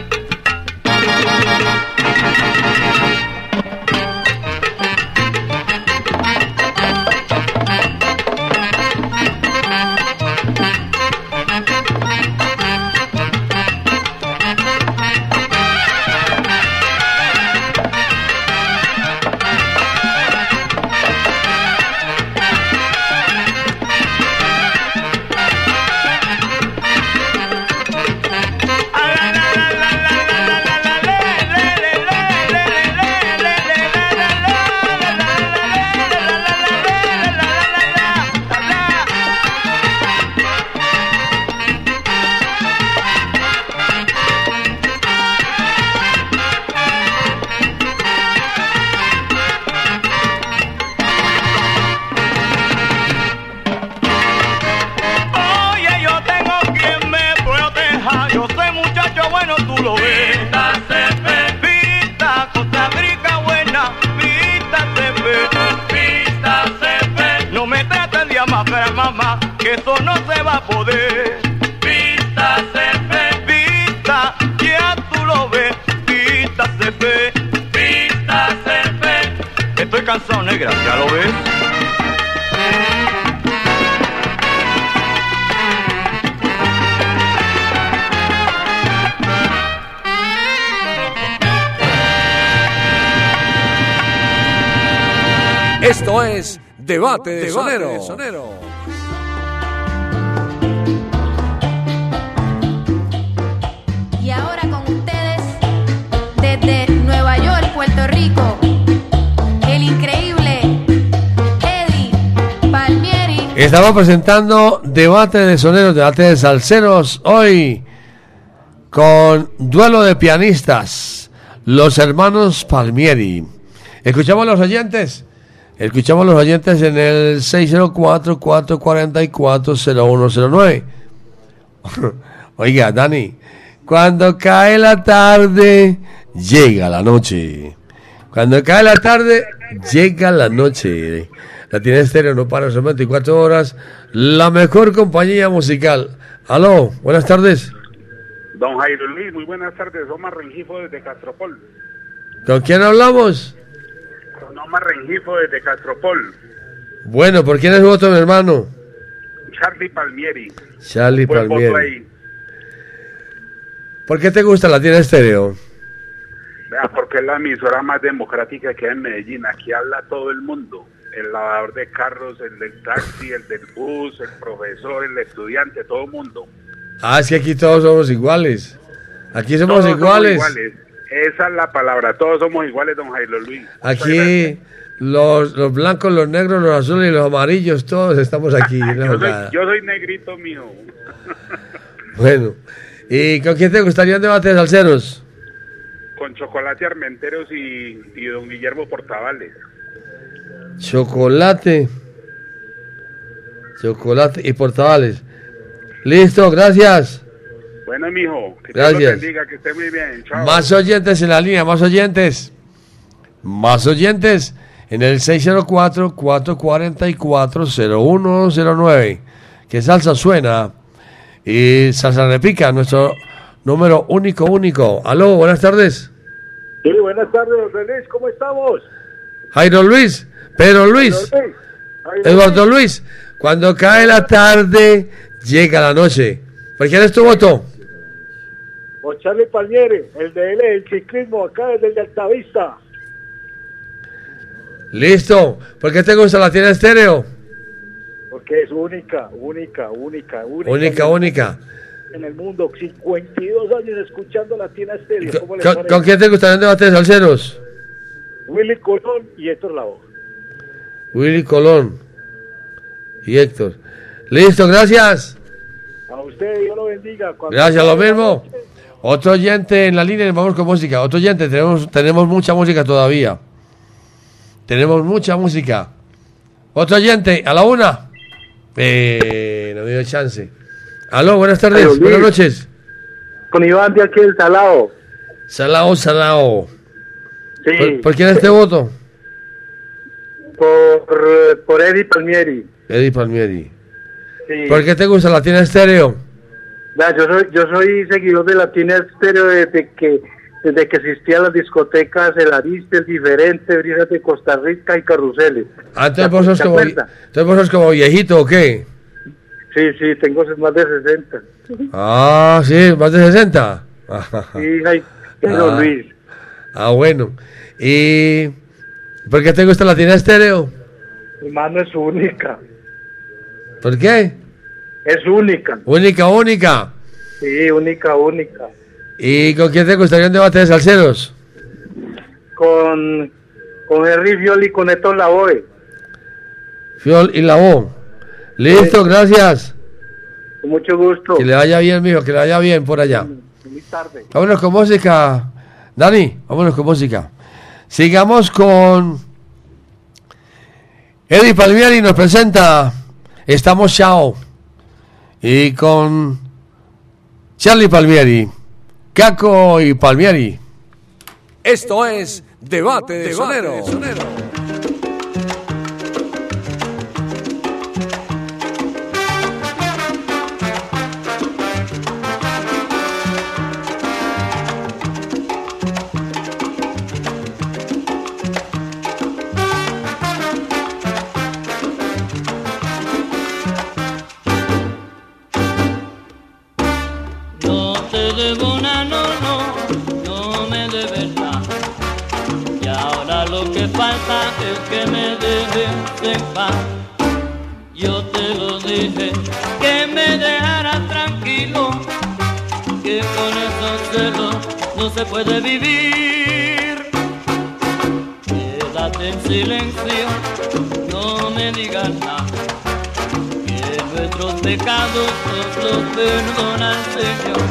Mamá, que eso no se va a poder. Vista se ve, vista, ya tú lo ves. Vista se ve, vista se ve. Estoy cansado, negra, ¿ya lo ves? Esto es Debate de Sonero. Y ahora con ustedes, desde Nueva York, Puerto Rico, el increíble Eddie Palmieri. Estamos presentando Debate de Soneros, Debate de Salseros, hoy con duelo de pianistas, los hermanos Palmieri. Escuchamos a los oyentes. Escuchamos a los oyentes en el 604-444-0109. Oiga, Dani, cuando cae la tarde, llega la noche. Cuando cae la tarde, llega la noche. Latina Estéreo no para, son 24 horas. La mejor compañía musical. Aló, buenas tardes. Don Jairo Luis, muy buenas tardes. Omar Rengifo desde Castropol. ¿Con quién hablamos? Con Omar Rengifo desde Castropol. Bueno, ¿por quién es voto, mi hermano? Charlie Palmieri. Charlie Buen voto Palmieri. ahí. ¿Por qué te gusta Latina Estéreo? Vea, porque es la emisora más democrática que hay en Medellín. Aquí habla todo el mundo. El lavador de carros, el del taxi, el del bus, el profesor, el estudiante, todo el mundo. Ah, es que aquí todos somos iguales. Aquí somos Todos iguales. somos iguales. Esa es la palabra. Todos somos iguales, don Jairo Luis. Aquí los blancos, los negros, los azules y los amarillos, todos estamos aquí. Yo soy negrito, mijo. Bueno, ¿y con quién te gustaría un debate de salseros? Con Chocolate Armenteros y don Guillermo Portavales. Chocolate y Portavales. Listo, gracias. Bueno, mijo, que Gracias. Dios los bendiga, que esté muy bien. Chao. Más oyentes en la línea, más oyentes en el 604-444-0109. Que salsa suena y salsa repica, nuestro número único. Aló, buenas tardes. Sí, buenas tardes, don Luis, ¿cómo estamos? Jairo Luis, Pedro Luis, Eduardo Luis. Cuando cae la tarde, llega la noche. ¿Por quién es tu voto? Con Charlie Palmieri, el de él, el ciclismo, acá desde el de Altavista. Listo. ¿Por qué te gusta Latina Estéreo? Porque es única. En el mundo, 52 años escuchando Latina Estéreo. ¿Cómo les parece? ¿Con quién te gustaría un debate de salseros? Willy Colón y Héctor Lavoe. Willy Colón y Héctor. Listo, gracias. A usted, Dios lo bendiga. Gracias, lo mismo. Otro oyente en la línea y vamos con música. Otro oyente, tenemos mucha música todavía. Tenemos mucha música. Otro oyente, a la una. No me dio chance. Aló, buenas tardes, Luis. buenas noches. Con Iván de aquí del Salado. Salao. Sí. ¿Por quién es este voto? Por Eddie Palmieri. Eddie Palmieri. Sí. ¿Por qué te gusta Latina Estéreo? Vea, yo soy seguidor de Latina Estéreo desde que existían las discotecas El Ariste, El Diferente, Brisas de Costa Rica y Carruseles. Entonces vos sos como viejito, ¿o qué? Sí, tengo más de 60. Ah, sí, más de 60. Sí, Jairo Luis. Bueno. ¿Y por qué te gusta Latina Estéreo? Hermano, es única. ¿Por qué? Es única. Única. Sí, única. ¿Y con quién te gustaría un debate de salseros? Con Henry Fiol y con Héctor Lavoe. Fiol y Lavoe. Listo, gracias. Con mucho gusto. Que le vaya bien, mijo, que le vaya bien por allá. Feliz tarde. Vámonos con música. Dani, vámonos con música. Sigamos con Eddie Palmieri, nos presenta Estamos Chao. Y con Charlie Palmieri, Caco y Palmieri. Esto es Debate de Sonero. No te debo una, no me debes nada. Y ahora lo que falta es que me dejes en paz. Yo te lo dije, que me dejaras tranquilo, que con esos celos no se puede vivir. Quédate en silencio, no me digas nada, que nuestros pecados nos los perdona el Señor.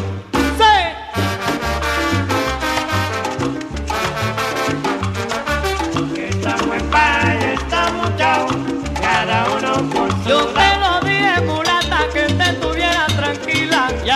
Estamos en paz, estamos chao, cada uno por su Yo te lo dije, mulata, que te estuviera tranquila, y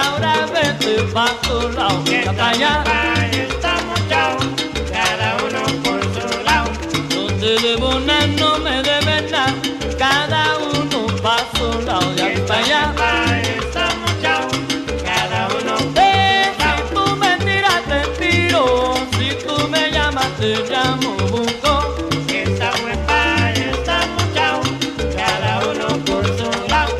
pa' su lado, que está allá. Estamos chao, cada uno por su lado. No te debo nada, no me debes nada, cada uno pa' su lado, de aquí para allá. Estamos chao, cada uno por si tú me tiras te tiro, si tú me llamas te llamo, busco. Estamos en paz, estamos chao, cada uno por su lado.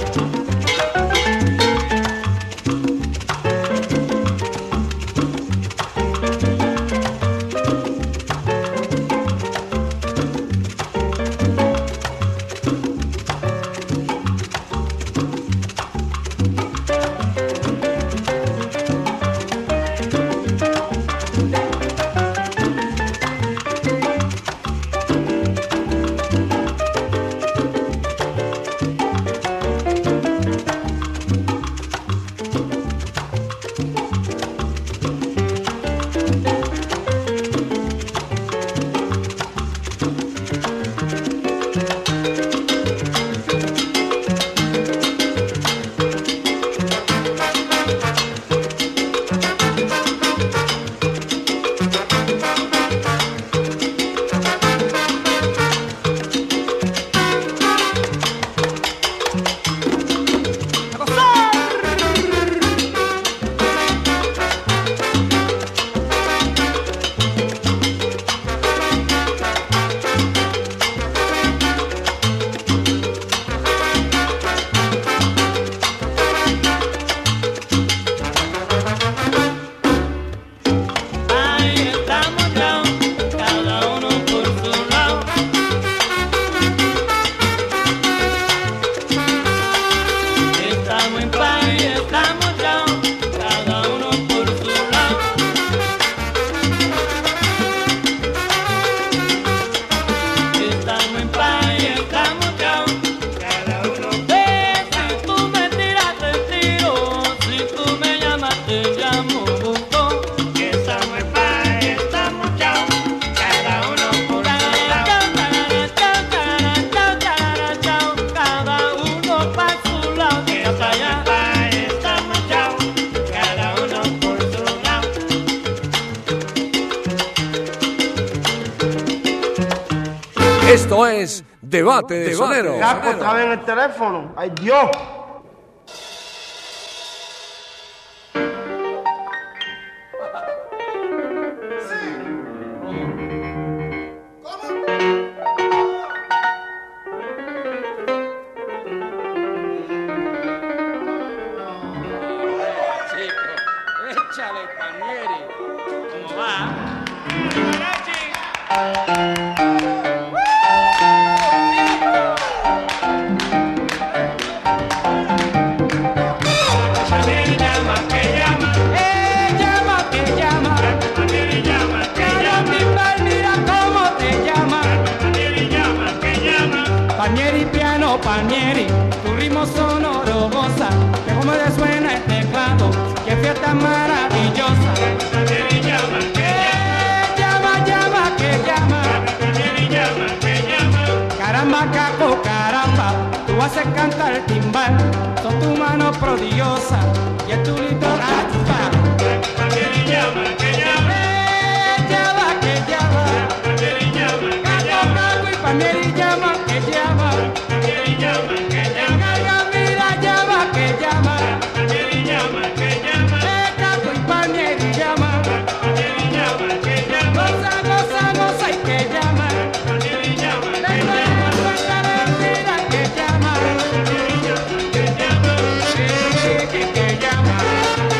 Esto es Debate de Soneros. Caco estaba en el teléfono. ¡Ay, Dios! Échale, Palmieri. ¿Cómo va? Palmieri, piano, Palmieri, tu ritmo sonoro goza, que como le suena el teclado, que fiesta maravillosa. Palmieri llama, llama, que llama. Palmieri llama, que llama. Caramba, Caco, caramba, tú haces cantar el timbal, son tu mano prodigiosa y el tulito raspa. Palmieri llama, que llama. Llama, que llama. Palmieri llama, que llama. Caco y Palmieri llama, que llama. Palmieri llama, que llama. Mira, llama, que llama. Palmieri llama, que llama. Caco y Palmieri llama. Palmieri llama, que llama. Goza, goza, goza y que llama. Palmieri llama, que llama. Mira, que llama. Palmieri llama, que llama. Que llama.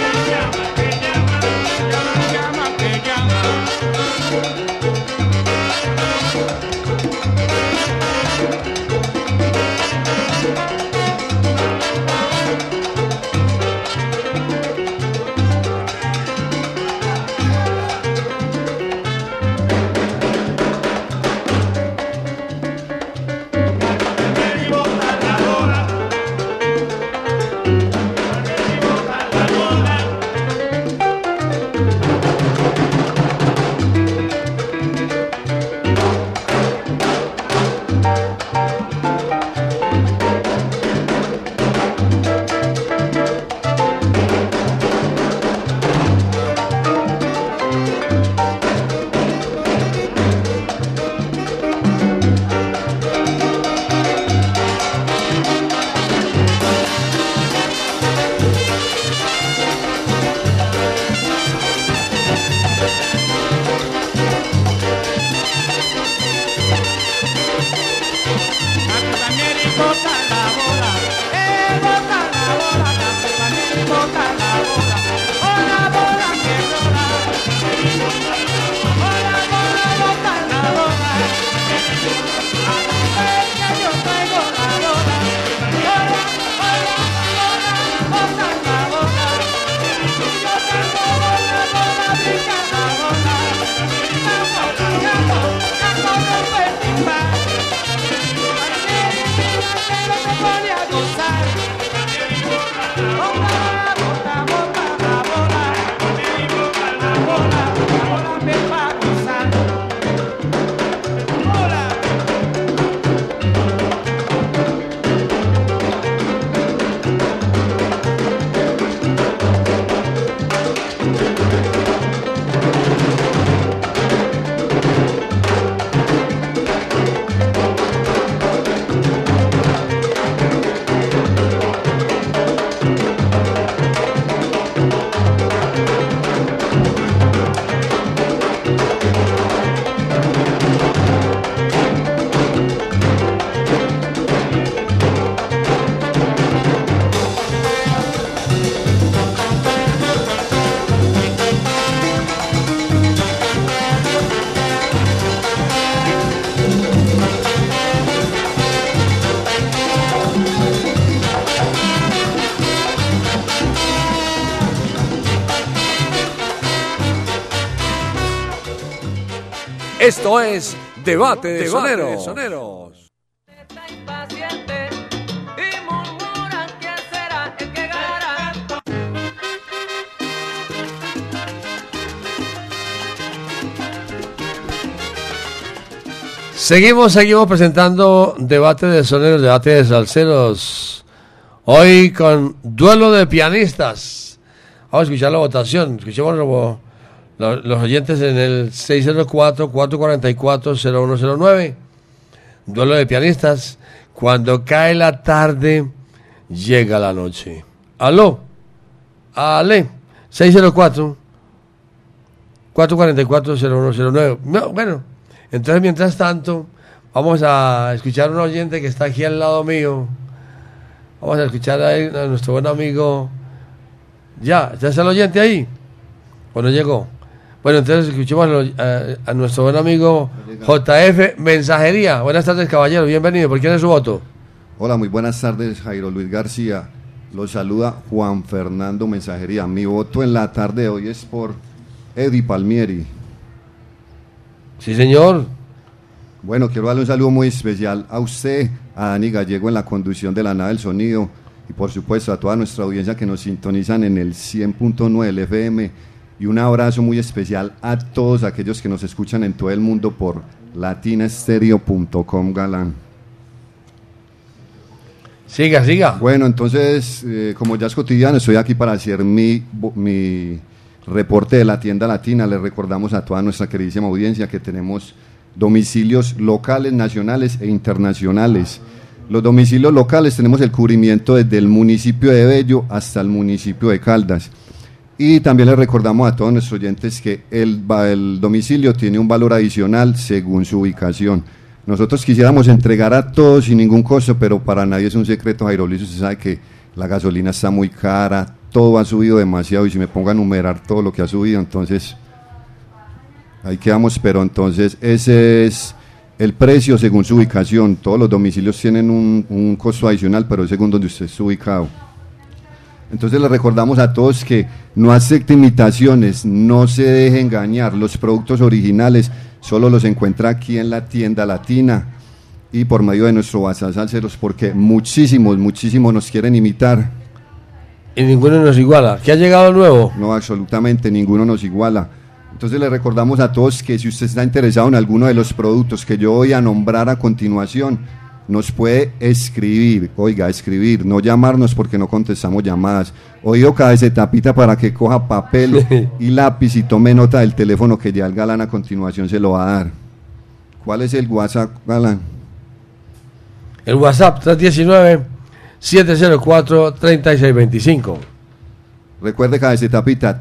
Esto es Debate de Soneros. Seguimos presentando Debate de Soneros, Debate de Salseros. Hoy con duelo de pianistas. Vamos a escuchar la votación. Escuchemos los oyentes en el 604-444-0109. Duelo de pianistas. Cuando cae la tarde, llega la noche. Aló. Ale. 604-444-0109. No, bueno, entonces mientras tanto, vamos a escuchar a un oyente que está aquí al lado mío. Vamos a escuchar a nuestro buen amigo. ¿Ya está el oyente ahí? ¿O no llegó? Bueno, entonces escuchemos a nuestro buen amigo JF Mensajería. Buenas tardes, caballero, bienvenido. ¿Por quién es su voto? Hola, muy buenas tardes, Jairo Luis García. Los saluda Juan Fernando Mensajería. Mi voto en la tarde de hoy es por Eddie Palmieri. Sí, señor. Bueno, quiero darle un saludo muy especial a usted, a Dani Gallego en la conducción de la nave del sonido y por supuesto a toda nuestra audiencia que nos sintonizan en el 100.9 del FM. Y un abrazo muy especial a todos aquellos que nos escuchan en todo el mundo por latinastereo.com, galán. Siga. Bueno, entonces, como ya es cotidiano, estoy aquí para hacer mi reporte de la tienda latina. Les recordamos a toda nuestra queridísima audiencia que tenemos domicilios locales, nacionales e internacionales. Los domicilios locales tenemos el cubrimiento desde el municipio de Bello hasta el municipio de Caldas. Y también les recordamos a todos nuestros oyentes que el domicilio tiene un valor adicional según su ubicación. Nosotros quisiéramos entregar a todos sin ningún costo, pero para nadie es un secreto, Jairo Luis, usted sabe que la gasolina está muy cara, todo ha subido demasiado y si me pongo a enumerar todo lo que ha subido, entonces ahí quedamos, pero entonces ese es el precio según su ubicación. Todos los domicilios tienen un costo adicional, pero es según donde usted está ubicado. Entonces les recordamos a todos que no acepte imitaciones, no se deje engañar, los productos originales solo los encuentra aquí en la tienda latina y por medio de nuestro WhatsApp Salseros, porque muchísimos nos quieren imitar. Y ninguno nos iguala. ¿Qué ha llegado nuevo? No, absolutamente ninguno nos iguala. Entonces le recordamos a todos que si usted está interesado en alguno de los productos que yo voy a nombrar a continuación, nos puede escribir, no llamarnos porque no contestamos llamadas. Oído cabeza tapita para que coja papel y lápiz y tome nota del teléfono que ya el galán a continuación se lo va a dar. ¿Cuál es el WhatsApp, galán? El WhatsApp 319-704-3625. Recuerde cabeza tapita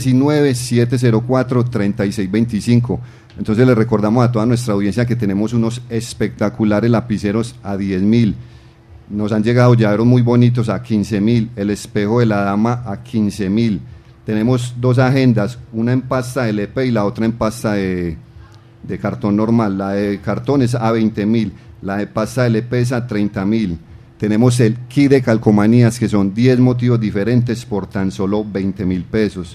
319-704-3625. Entonces le recordamos a toda nuestra audiencia que tenemos unos espectaculares lapiceros a 10.000. Nos han llegado llaveros muy bonitos a 15.000. El espejo de la dama a 15.000. Tenemos dos agendas, una en pasta de LP y la otra en pasta de cartón normal. La de cartón es a 20.000, la de pasta de LP es a 30.000. Tenemos el kit de calcomanías que son 10 motivos diferentes por tan solo 20.000 pesos.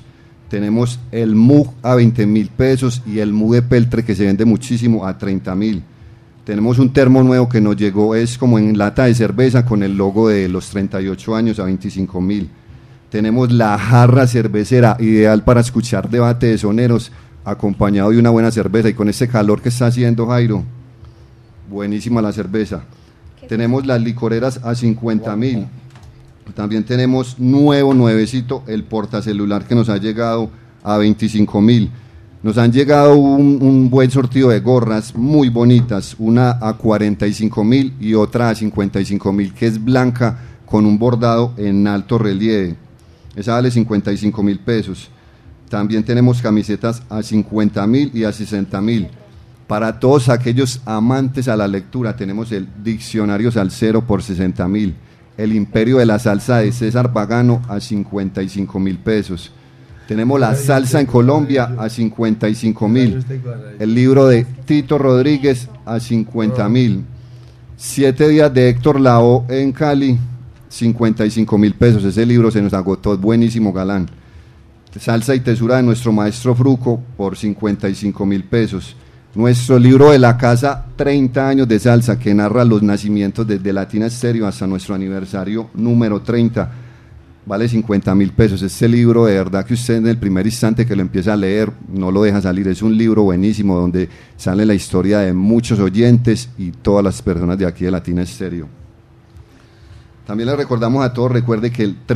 Tenemos el mug a 20.000 pesos y el mug de peltre que se vende muchísimo a 30.000. Tenemos un termo nuevo que nos llegó, es como en lata de cerveza con el logo de los 38 años a 25.000. Tenemos la jarra cervecera, ideal para escuchar debate de soneros, acompañado de una buena cerveza, y con este calor que está haciendo, Jairo, buenísima la cerveza. Tenemos las licoreras a 50.000. También tenemos nuevecito, el portacelular que nos ha llegado a 25.000. Nos han llegado un buen sortido de gorras muy bonitas, una a 45.000 y otra a 55.000, que es blanca con un bordado en alto relieve. Esa vale 55.000 pesos. También tenemos camisetas a 50.000 y a 60.000. Para todos aquellos amantes a la lectura, tenemos el Diccionario Salsero por 60.000. El Imperio de la Salsa de César Pagano a 55.000 pesos. Tenemos la salsa en Colombia a 55.000. El libro de Tito Rodríguez a 50.000. 7 días de Héctor Lavoe en Cali, 55.000 pesos. Ese libro se nos agotó, buenísimo, galán. Salsa y tesura de nuestro maestro Fruco por 55.000 pesos. Nuestro libro de la casa, 30 años de salsa, que narra los nacimientos desde Latina Estéreo hasta nuestro aniversario número 30, vale 50.000 pesos. Este libro, de verdad que usted en el primer instante que lo empieza a leer, no lo deja salir. Es un libro buenísimo donde sale la historia de muchos oyentes y todas las personas de aquí de Latina Estéreo. También le recordamos a todos, recuerde que el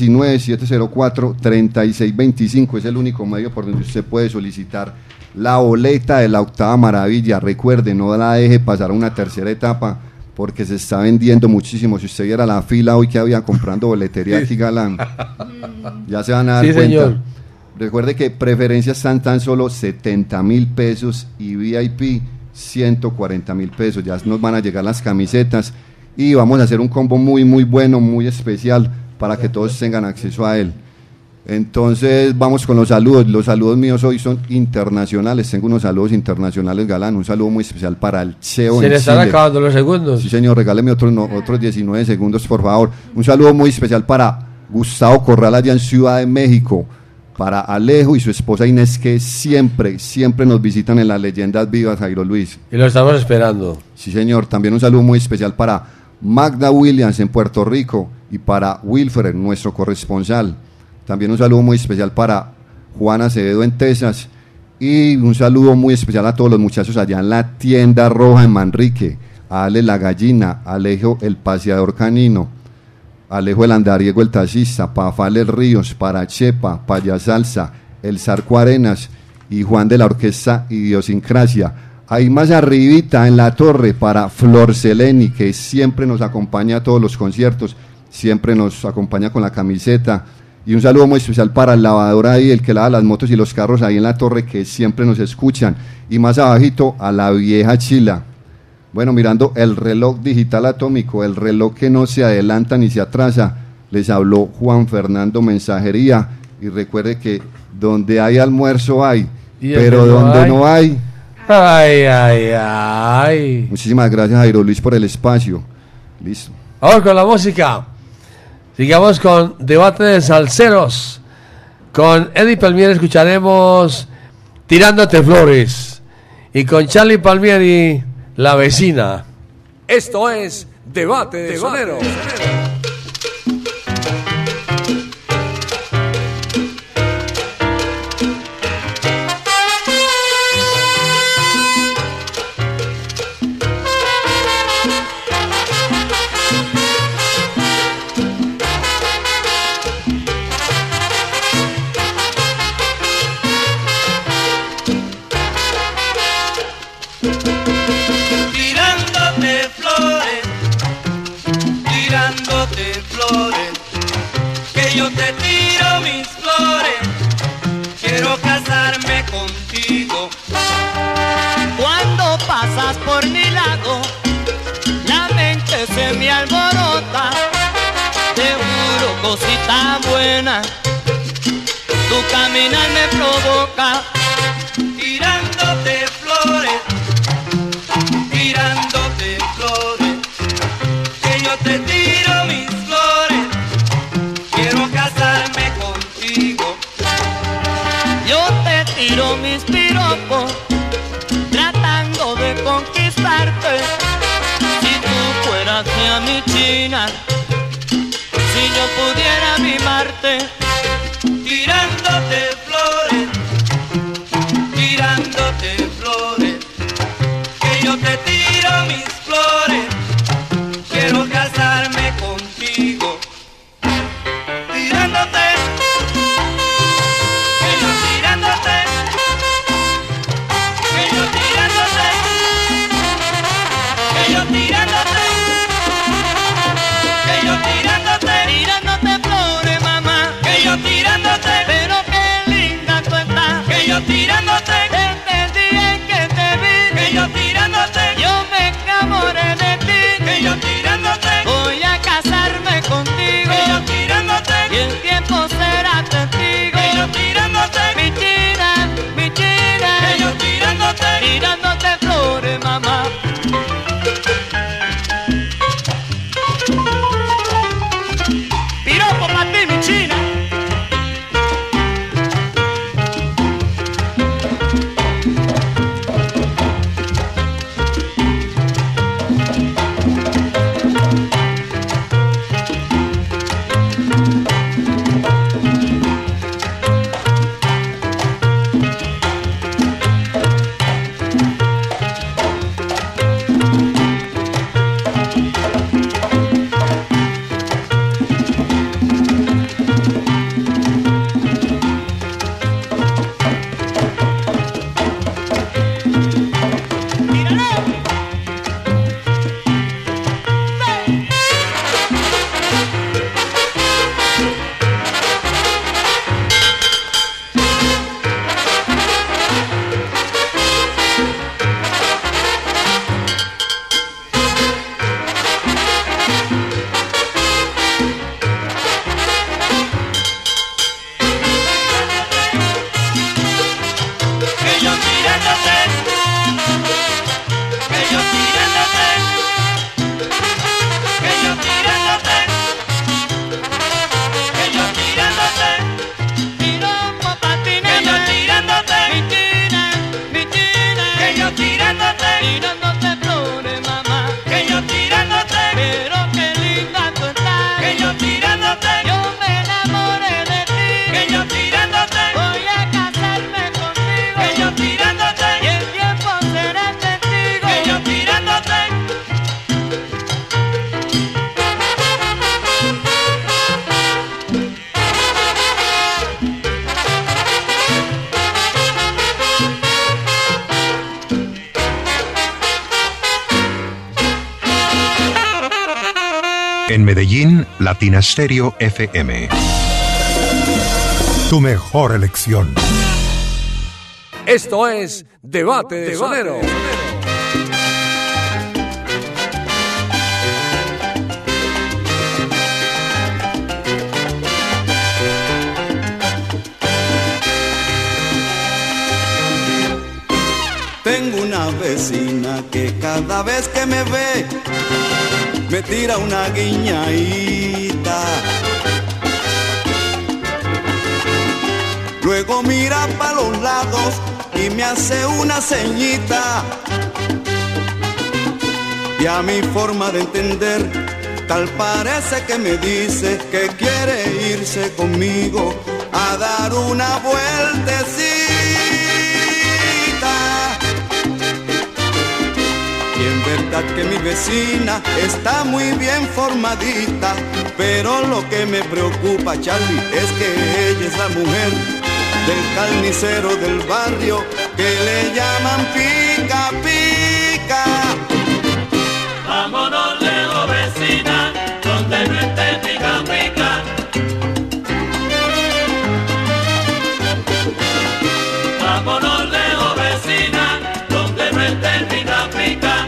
319-704-3625 es el único medio por donde usted puede solicitar la boleta de la octava maravilla. Recuerde, no la deje pasar a una tercera etapa porque se está vendiendo muchísimo. Si usted viera la fila hoy que había comprando boletería aquí, galán, ya se van a dar cuenta. Señor. Recuerde que preferencias están tan solo 70.000 pesos y VIP 140.000 pesos. Ya nos van a llegar las camisetas y vamos a hacer un combo muy bueno, muy especial para que todos tengan acceso a él. Entonces vamos con los saludos. Los saludos míos hoy son internacionales. Tengo unos saludos internacionales, galán. Un saludo muy especial para el Cheo. Se le están acabando los segundos. Sí, señor, regáleme otros 19 segundos, por favor. Un saludo muy especial para Gustavo Corral allá en Ciudad de México, para Alejo y su esposa Inés, que siempre nos visitan en las leyendas vivas, Jairo Luis. Y lo estamos esperando. Sí, señor. También un saludo muy especial para Magda Williams en Puerto Rico y para Wilfred, nuestro corresponsal. También un saludo muy especial para Juan Acevedo en Texas y un saludo muy especial a todos los muchachos allá en la tienda roja en Manrique, a Ale la Gallina, Alejo el paseador canino, Alejo el andariego el taxista, para Fales Ríos, para Chepa, Paya Salsa, el Zarco Arenas y Juan de la Orquesta Idiosincrasia. Ahí más arribita en la torre para Flor Seleni, que siempre nos acompaña a todos los conciertos, siempre nos acompaña con la camiseta. Y un saludo muy especial para el lavador ahí, el que lava las motos y los carros ahí en la torre, que siempre nos escuchan. Y más abajito a la vieja Chila. Bueno, mirando el reloj digital atómico, el reloj que no se adelanta ni se atrasa, les habló Juan Fernando Mensajería. Y recuerde que donde hay almuerzo hay, pero donde no hay... Ay. Muchísimas gracias, Jairo Luis, por el espacio. Listo. Vamos con la música. Sigamos con Debate de Salseros. Con Eddie Palmieri escucharemos Tirándote Flores. Y con Charlie Palmieri, La Vecina. Esto es Debate de Soneros. Por mi lado, la mente se me alborota. Te juro, cosita buena, tu caminar me provoca. Tirándote flores, que yo te tiro mis flores. Quiero casarme contigo. tiro mis piropos tratando de conquistarte. Si tú fueras a mi China, si yo pudiera mimarte, tirándote flores, que yo te tiro mis flores, quiero casarme contigo, tirándote. Tirándote flores, mamá, que yo tirándote, pero qué linda tú estás, que yo tirándote, desde el día en que te vi, que yo tirándote, yo me enamoré de ti, que yo tirándote, voy a casarme contigo, que yo tirándote, y el tiempo será testigo, que yo tirándote, mi China, que yo tirándote flores, mamá. Piropo para ti, mi China. En Medellín, Latina Stereo FM. Tu mejor elección. Esto es Debate de Sonero. Tengo una vecina que cada vez que me ve me tira una guiñadita. Luego mira para los lados y me hace una ceñita. Y a mi forma de entender, tal parece que me dice que quiere irse conmigo a dar una vueltecita. Y en verdad que mi vecina está muy bien formadita, pero lo que me preocupa, Charlie, es que ella es la mujer del carnicero del barrio que le llaman pica pica. Vámonos lejos, vecina, donde no esté pica pica. Vámonos lejos, vecina, donde no esté pica pica.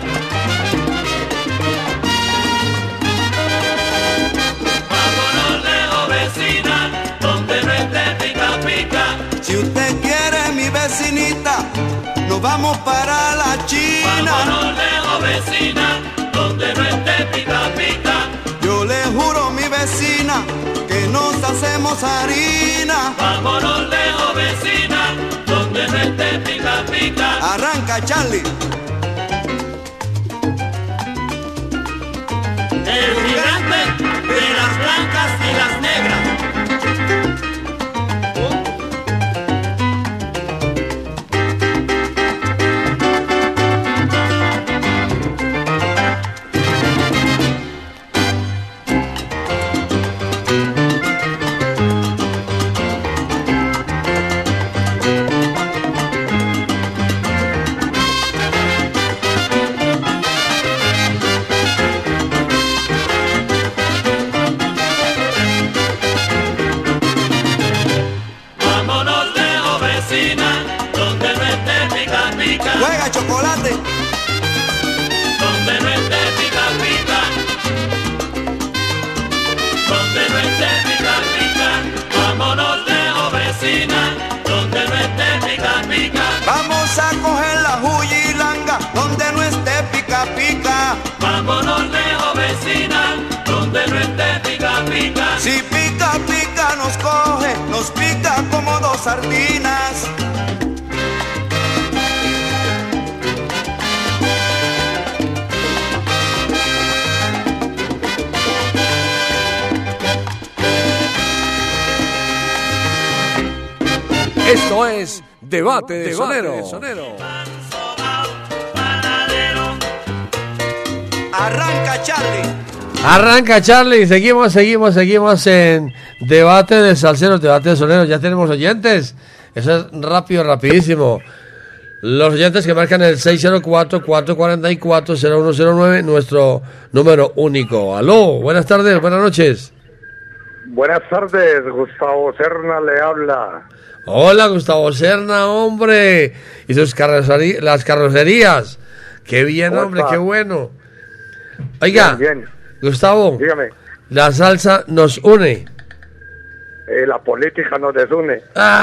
Vámonos lejos, vecina, donde no esté pica pica. Si usted quiere, mi vecinita, nos vamos para la China. Vámonos lejos, vecina, donde no esté pica pica. Yo le juro, mi vecina, que nos hacemos harina. Vámonos lejos, vecina, donde no Arranca, Charlie. El gigante de las blancas y las negras. Juega chocolate. Donde no esté pica pica. Donde no esté pica pica. Vámonos lejos vecina. Donde no esté pica pica. Vamos a coger la juyilanga. Donde no esté pica pica. Vámonos lejos vecina. Donde no esté pica pica. Si pica pica nos coge, nos pica como dos sardinas. Esto es Debate de Sonero. Arranca, Charlie. Arranca, Charlie. Seguimos en Debate de Salseros, Debate de Soneros. Ya tenemos oyentes. Eso es rápido, rapidísimo. Los oyentes que marcan el 604-444-0109, nuestro número único. Aló, buenas tardes, buenas noches. Buenas tardes, Gustavo Serna le habla. Hola, Gustavo Serna, hombre. Y sus las carrocerías. Qué bien, hombre, qué bueno. Oiga, bien. Gustavo, dígame. La salsa nos une. La política nos desune.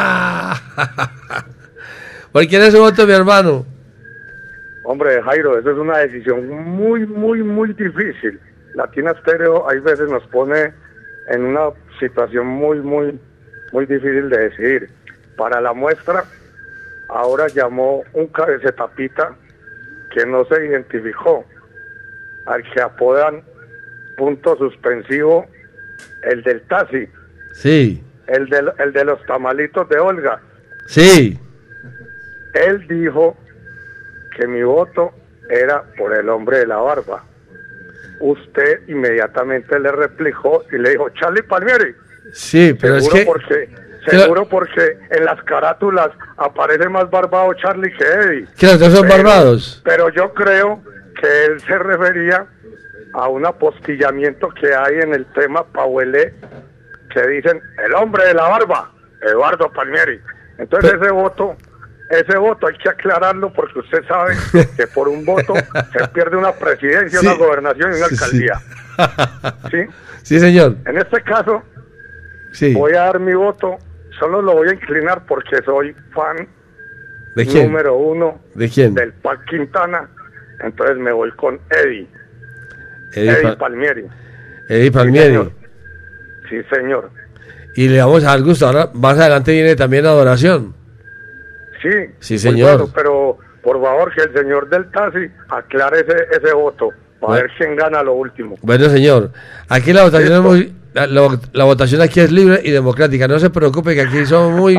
¿Por quién es su voto, mi hermano? Hombre, Jairo, eso es una decisión muy, muy, muy difícil. Latina Estéreo hay veces nos pone en una situación muy, muy, muy difícil de decidir. Para la muestra, ahora llamó un cabecetapita que no se identificó, al que apodan punto suspensivo el del taxi. Sí. El de los tamalitos de Olga. Sí. Él dijo que mi voto era por el hombre de la barba. Usted inmediatamente le replicó y le dijo, Charlie Palmieri. Sí, pero seguro seguro porque en las carátulas aparece más barbado Charlie que Eddie. Que los dos son barbados. Pero yo creo que él se refería a un apostillamiento que hay en el tema Pauelé, que dicen, el hombre de la barba, Eduardo Palmieri. Entonces ese voto hay que aclararlo porque usted sabe que por un voto se pierde una presidencia, una gobernación y una alcaldía. ¿Sí? Sí, señor. En este caso, sí, voy a dar mi voto, solo lo voy a inclinar porque soy fan ¿de quién? Número 1 ¿de quién? Del Pac Quintana, entonces me voy con Eddie Palmieri. Eddie Palmieri. Sí, señor. Y le vamos a dar gusto. Ahora, más adelante viene también Adoración. Sí, señor. Bueno, pero por favor que el señor del taxi aclare ese voto para ver quién gana lo último. Bueno, señor, aquí la votación es muy, la votación aquí es libre y democrática. No se preocupe que aquí somos muy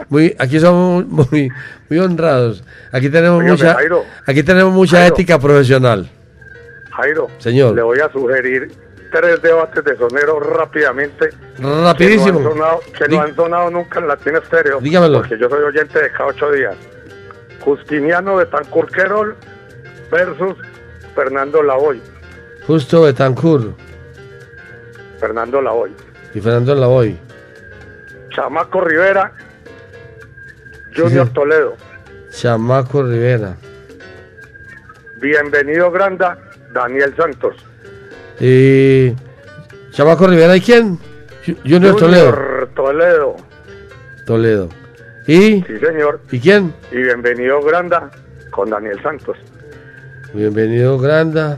honrados. Aquí tenemos mucha ética profesional. Jairo, señor, le voy a sugerir 3 debates de sonero rápidamente. Rapidísimo. Que no han sonado nunca en Latina Estéreo. Dígamelo. Porque yo soy oyente de cada 8 días. Justiniano Betancourt Querol versus Fernando Lavoy. Justo Betancourt. Fernando Lavoy. Y Fernando Lavoy. Chamaco Rivera. Junior Toledo. Chamaco Rivera. Bienvenido Granda. Daniel Santos. Y Chamaco Rivera, ¿y quién? Junior Toledo. ¿Y? Sí, señor. ¿Y quién? Y Bienvenido Granda con Daniel Santos. Bienvenido Granda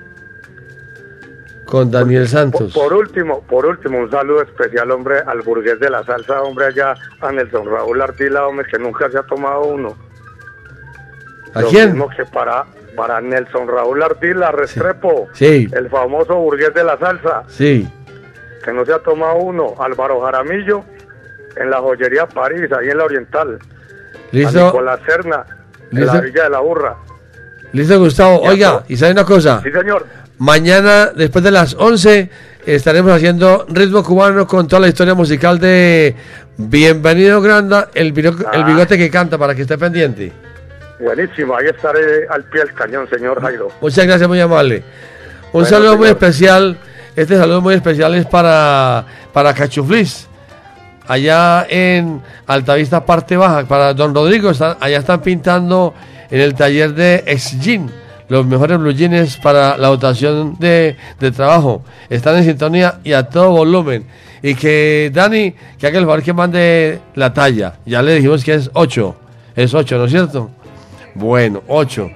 con Daniel Santos. Por último, un saludo especial, hombre, al burgués de la salsa, hombre, allá a Nelson Raúl Artila, hombre, que nunca se ha tomado uno. ¿A Lo quién? mismo que para Nelson Raúl Ardila Restrepo, Sí. el famoso burgués de la salsa, Sí. que no se ha tomado uno, Álvaro Jaramillo, en la joyería París, ahí en la Oriental. Listo. A Nicolás Serna, en Listo. la Villa de la Burra. Listo, Gustavo. Oiga, ¿y sabe una cosa? Sí, señor. Mañana, después de las 11, estaremos haciendo ritmo cubano con toda la historia musical de Bienvenido Granda, el bigote que canta, para que esté pendiente. Buenísimo, ahí estaré al pie del cañón, señor Jairo. Muchas gracias, muy amable. Un Bueno, saludo muy señor. especial. Este saludo muy especial es para Cachuflis, allá en Altavista Parte Baja, para Don Rodrigo. Allá están pintando en el taller de Ex-Jean los mejores blue jeans para la dotación de trabajo. Están en sintonía y a todo volumen. Y que Dani, que haga el favor que mande la talla. Ya le dijimos que es 8. Es 8, ¿no es cierto? Bueno, 8.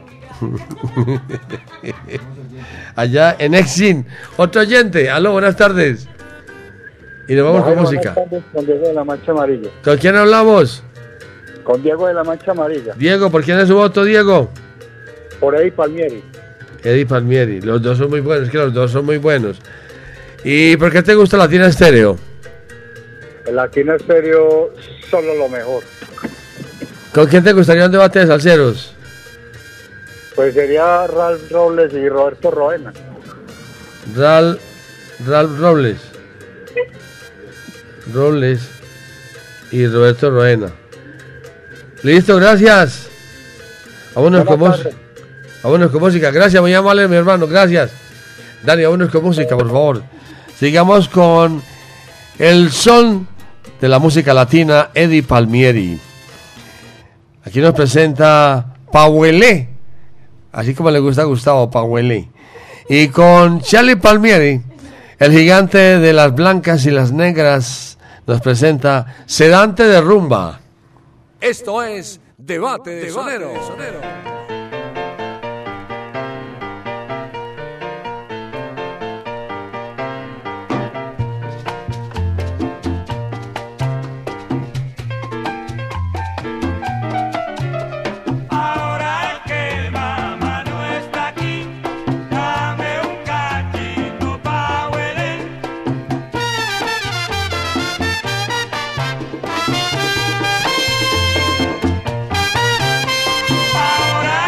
Allá en Exin. Otro oyente. Aló, buenas tardes. Y nos vamos con música. Buenas tardes, con Diego de la Mancha Amarilla. ¿Con quién hablamos? Con Diego de la Mancha Amarilla. Diego, ¿por quién es su voto, Diego? Por Eddie Palmieri. Eddie Palmieri. Los dos son muy buenos, es que los dos son muy buenos. ¿Y por qué te gusta Latina Estéreo? El Latina Estéreo, solo lo mejor. ¿Con quién te gustaría un debate de salseros? Pues sería Ralph Robles y Roberto Roena. Ralph Robles. Robles y Roberto Roena. Listo, gracias. Vámonos con música. Vámonos con música. Gracias, muy amable, mi hermano. Gracias. Dani, vámonos con música, por favor. Sigamos con el son de la música latina, Eddie Palmieri. Aquí nos presenta Pauelé, así como le gusta a Gustavo, Pauelé. Y con Charlie Palmieri, el gigante de las blancas y las negras, nos presenta Sedante de Rumba. Esto es Debate de Sonero. Ahora que mamá no está aquí, dame un cachito pa' hueler. Ahora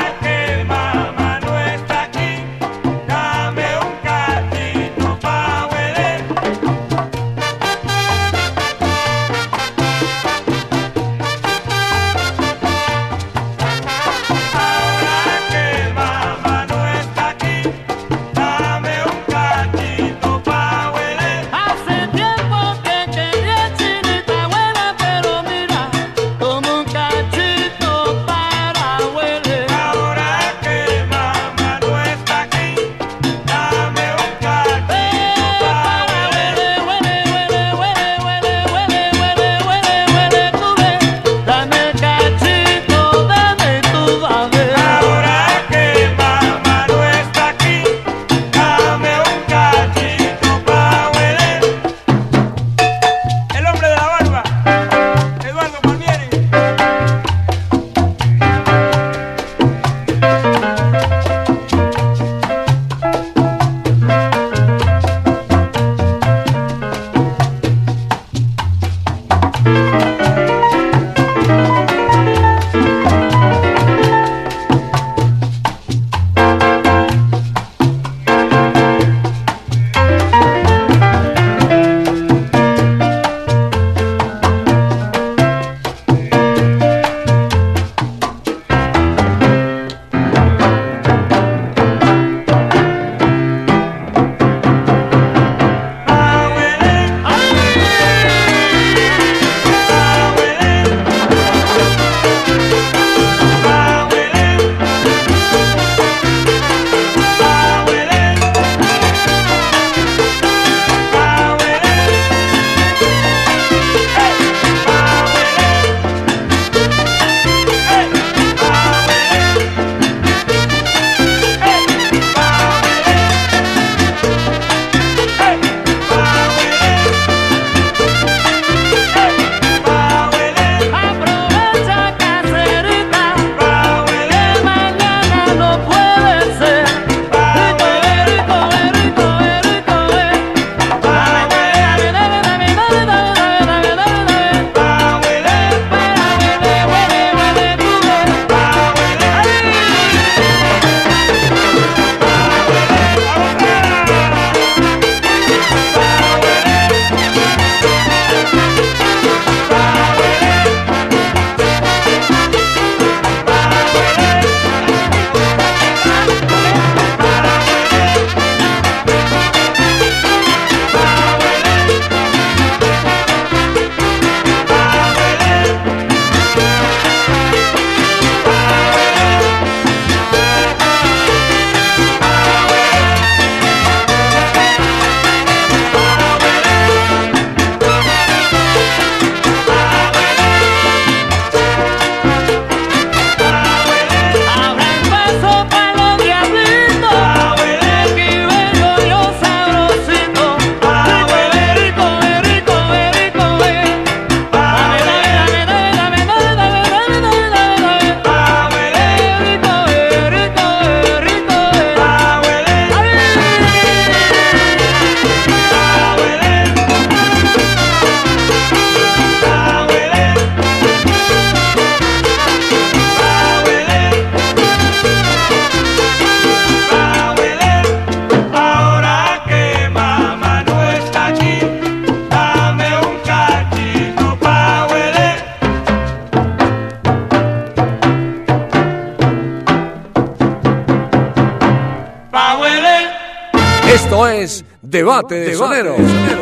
es Debate de Sonero.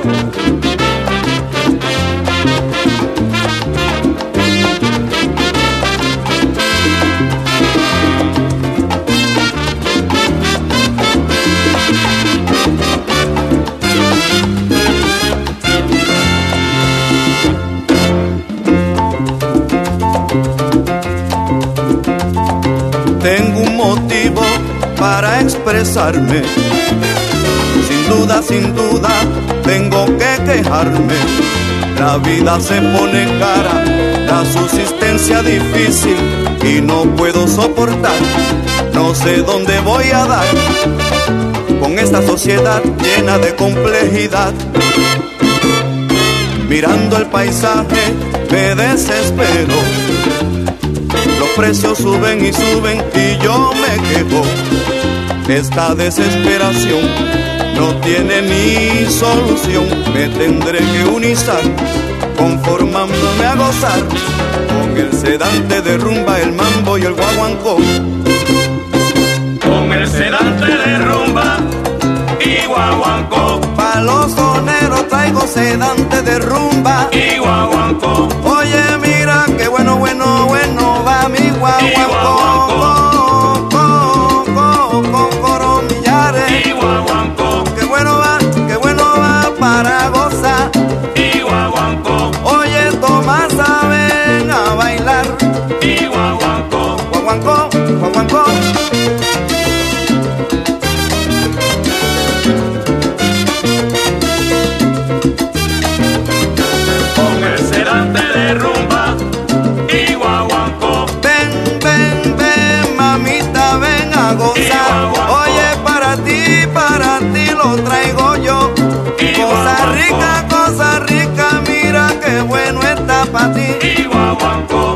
Tengo un motivo para expresarme. Sin duda, tengo que quejarme. La vida se pone cara, la subsistencia difícil y no puedo soportar. No sé dónde voy a dar con esta sociedad llena de complejidad. Mirando el paisaje me desespero. Los precios suben y suben y yo me quejo. Esta desesperación no tiene ni solución. Me tendré que unizar, conformándome a gozar con el sedante de rumba, el mambo y el guaguancó. Con el sedante de rumba y guaguancó. Pa' los soneros traigo sedante de rumba y guaguancó. Oye, mira qué bueno va mi guaguancó. Con coro millares y guaguancó. Qué bueno va para gozar y guaguancó. Oye, Tomasa, ven a bailar y guaguancó. Guaguancó. Con el sedante de rumba y guaguancó. Ven, mamita, ven a gozar. Oye, para ti lo traigo yo. Cosa rica, mira qué bueno está para ti. Y guaguancó.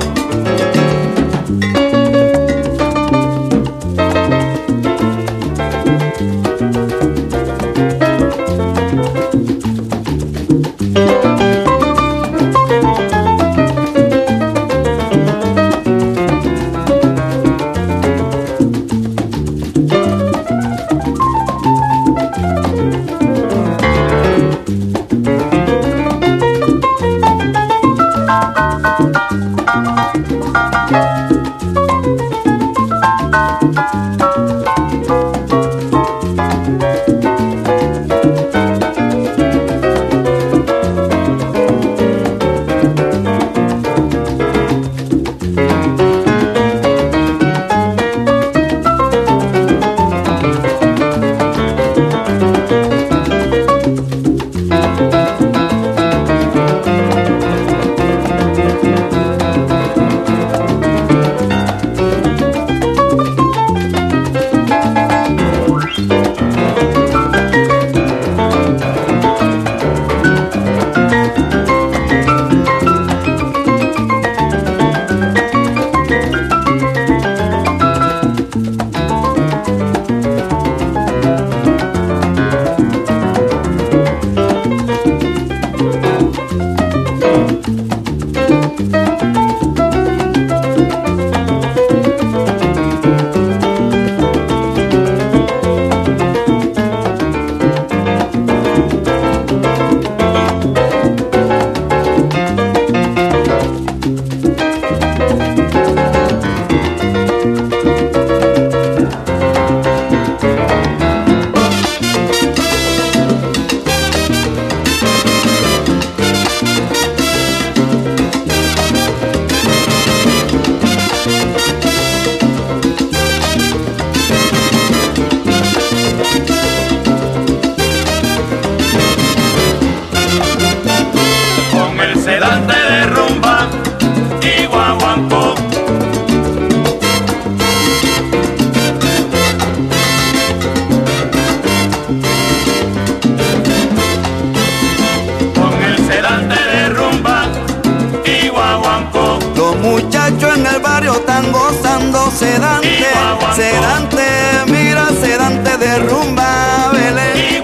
Sedante, mira, sedante de rumba, Belén.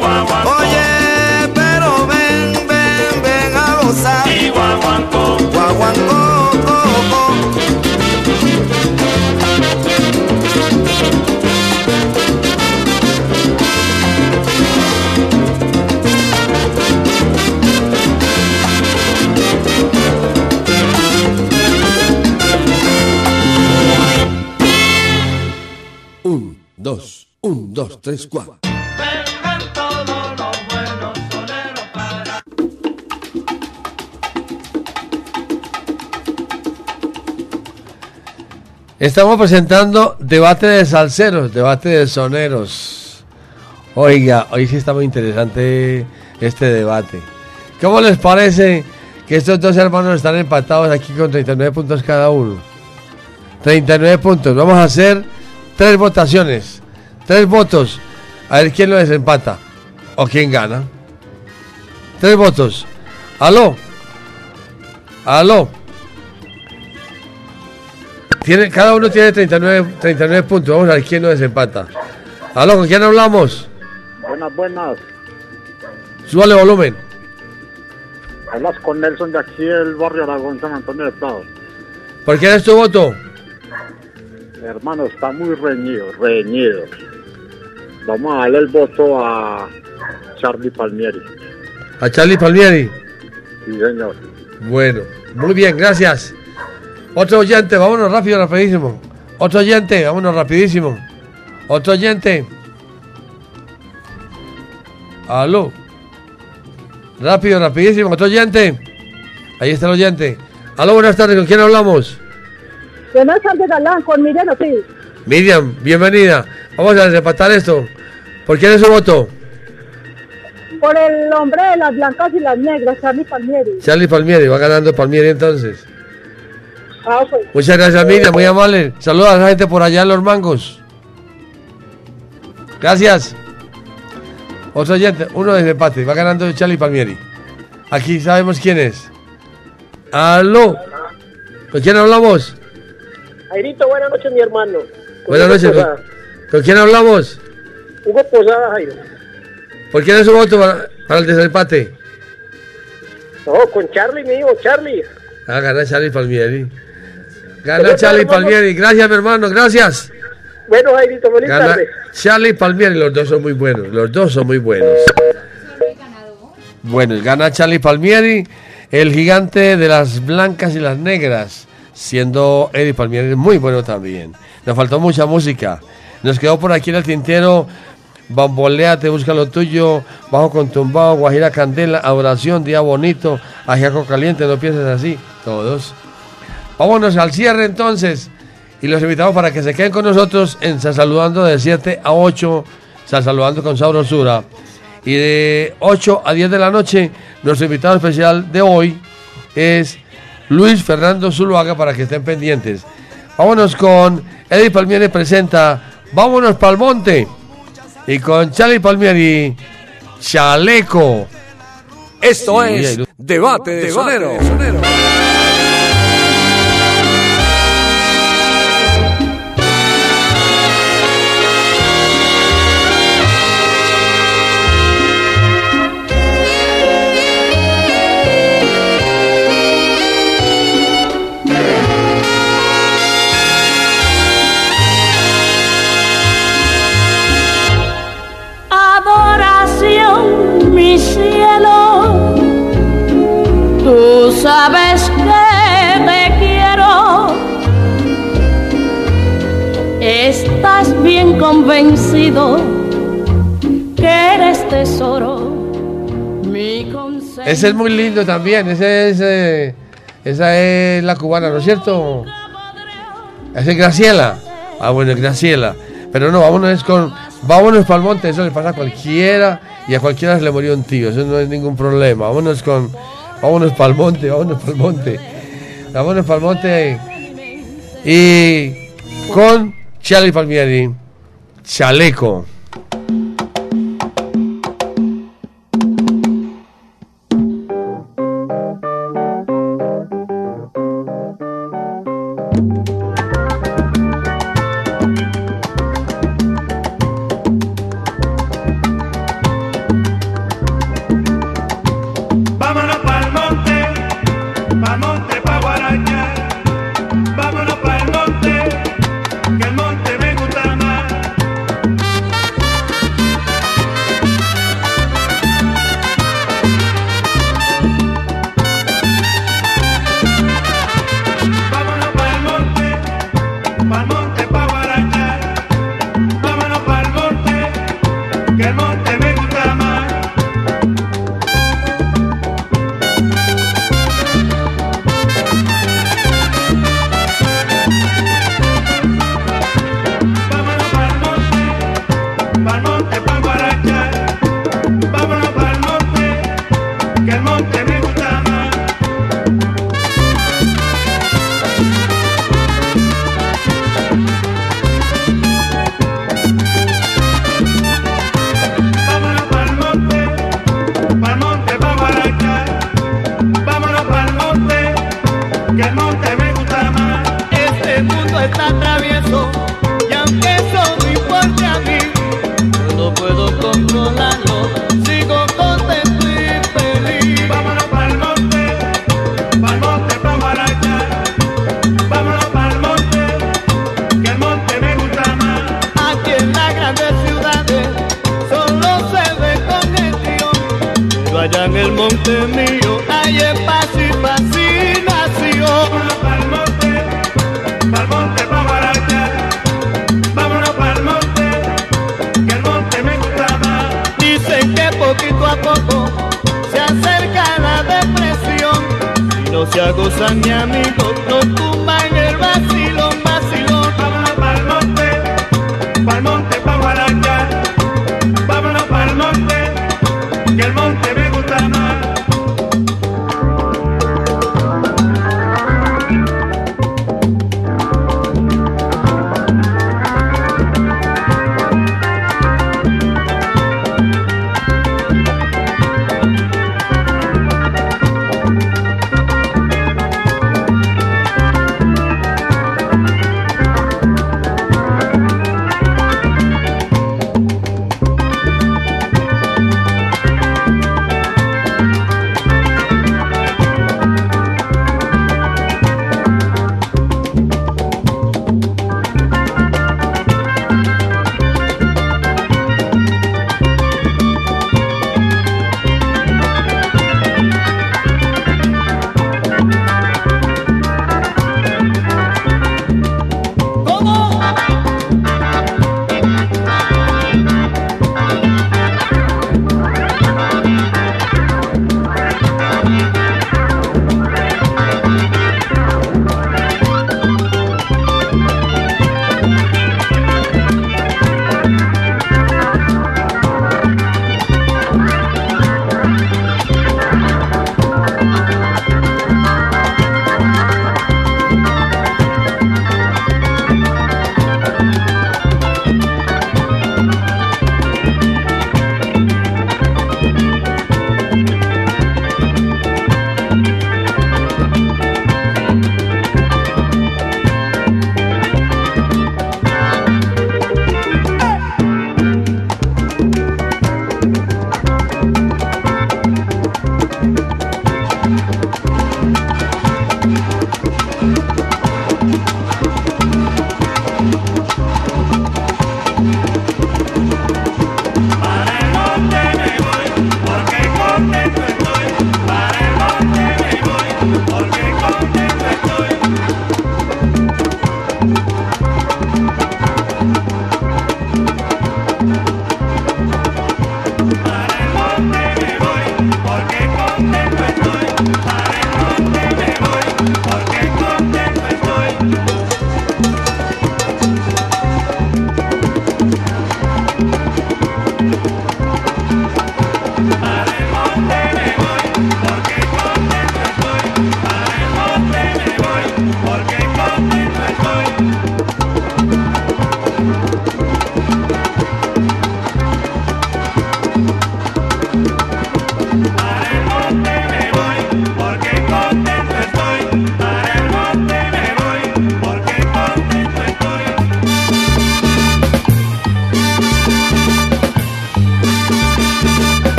Oye, pero ven a gozar. Guaguancó. 2, 1, 2, 3, 4. Vengan todos los buenos soneros para... Estamos presentando debate de salseros, debate de soneros. Oiga, hoy sí está muy interesante este debate. ¿Cómo les parece que estos dos hermanos están empatados aquí con 39 puntos cada uno? 39 puntos. Vamos a hacer 3 votaciones, 3 votos. A ver quién lo desempata o quién gana. 3 votos. Aló. Aló. Cada uno tiene 39 puntos. Vamos a ver quién lo desempata. Aló, ¿con quién hablamos? Buenas. Súbale volumen. Hablas con Nelson de aquí del barrio Aragón, San Antonio de Estado. ¿Por quién es tu voto? Hermano, está muy reñido. Vamos a darle el voto a Charlie Palmieri. ¿A Charlie Palmieri? Sí, señor. Bueno, muy bien, gracias. Otro oyente, vámonos rápido, rapidísimo. Otro oyente, vámonos rapidísimo. Otro oyente. Aló. Rápido, rapidísimo. Otro oyente. Ahí está el oyente. Aló, buenas tardes. ¿Con quién hablamos? Buenas tardes, Galán. Con Miriam Ortiz. Miriam, bienvenida. Vamos a desempatar esto. ¿Por quién es su voto? Por el hombre de las blancas y las negras, Charlie Palmieri. Charlie Palmieri. Va ganando Palmieri entonces. Ah, okay. Muchas gracias, Miriam. Muy amable. Saludos a la gente por allá en Los Mangos. Gracias. Otro oyente, uno de empate, va ganando Charlie Palmieri. Aquí sabemos quién es. Aló. ¿Con quién hablamos? Jairito, buenas noches, mi hermano. Buenas noches. ¿Con quién hablamos? Hugo Posada, Jairo. ¿Por quién es su voto para el desempate? No, con Charlie, mi hijo, Charlie. Ah, gana Charlie Palmieri. Gana Charlie Palmieri. Gracias, mi hermano, gracias. Bueno, Jairito, feliz tarde. Charlie Palmieri, los dos son muy buenos. Bueno, gana Charlie Palmieri, el gigante de las blancas y las negras, siendo Eddie Palmieri muy bueno también. Nos faltó mucha música. Nos quedó por aquí en el tintero Bamboléate, busca lo tuyo, Bajo con tumbao, Guajira Candela, Adoración, Día Bonito, Ajiaco Caliente, No pienses así, todos. Vámonos al cierre entonces. Y los invitamos para que se queden con nosotros en Sal Saludando de 7 a 8, Sal Saludando con sabrosura. Y de 8 a 10 de la noche, nuestro invitado especial de hoy es Luis Fernando Zuluaga, para que estén pendientes. Vámonos con Eddie Palmieri presenta Vámonos pa'l Monte. Y con Charlie Palmieri, Chaleco. Esto es Debate de Sonero. Mi cielo, tú sabes que te quiero, estás bien convencido que eres tesoro, mi consejo. Ese es muy lindo también, esa es la cubana, ¿no es cierto? Esa es Graciela. Ah, bueno, es Graciela. Pero no, vámonos pa'l monte, eso le pasa a cualquiera. Y a cualquiera se le murió un tío, eso no es ningún problema. Vámonos pa'l monte. Vámonos pa'l monte. Y con Charlie Palmieri, Chaleco. Vámonos está travieso y aunque eso no importe a mí, yo no puedo controlarlo, sigo contento y feliz. Vámonos pa'l monte, vamos a rayar. Vámonos pa'l monte, que el monte me gusta más. Aquí en las grandes ciudades solo se ve congestión, pero allá en el monte mío hay paz y fascinación. Pa'l monte vamos a rayar. Vámonos pa'l monte, que el monte me gusta más. Dicen que poquito a poco se acerca la depresión. Si no se agozan mi amigo, nos tumban el vacilón, vacilón. Vámonos pa'l monte vamos a rayar. Vámonos pa'l monte, que el monte me gusta más.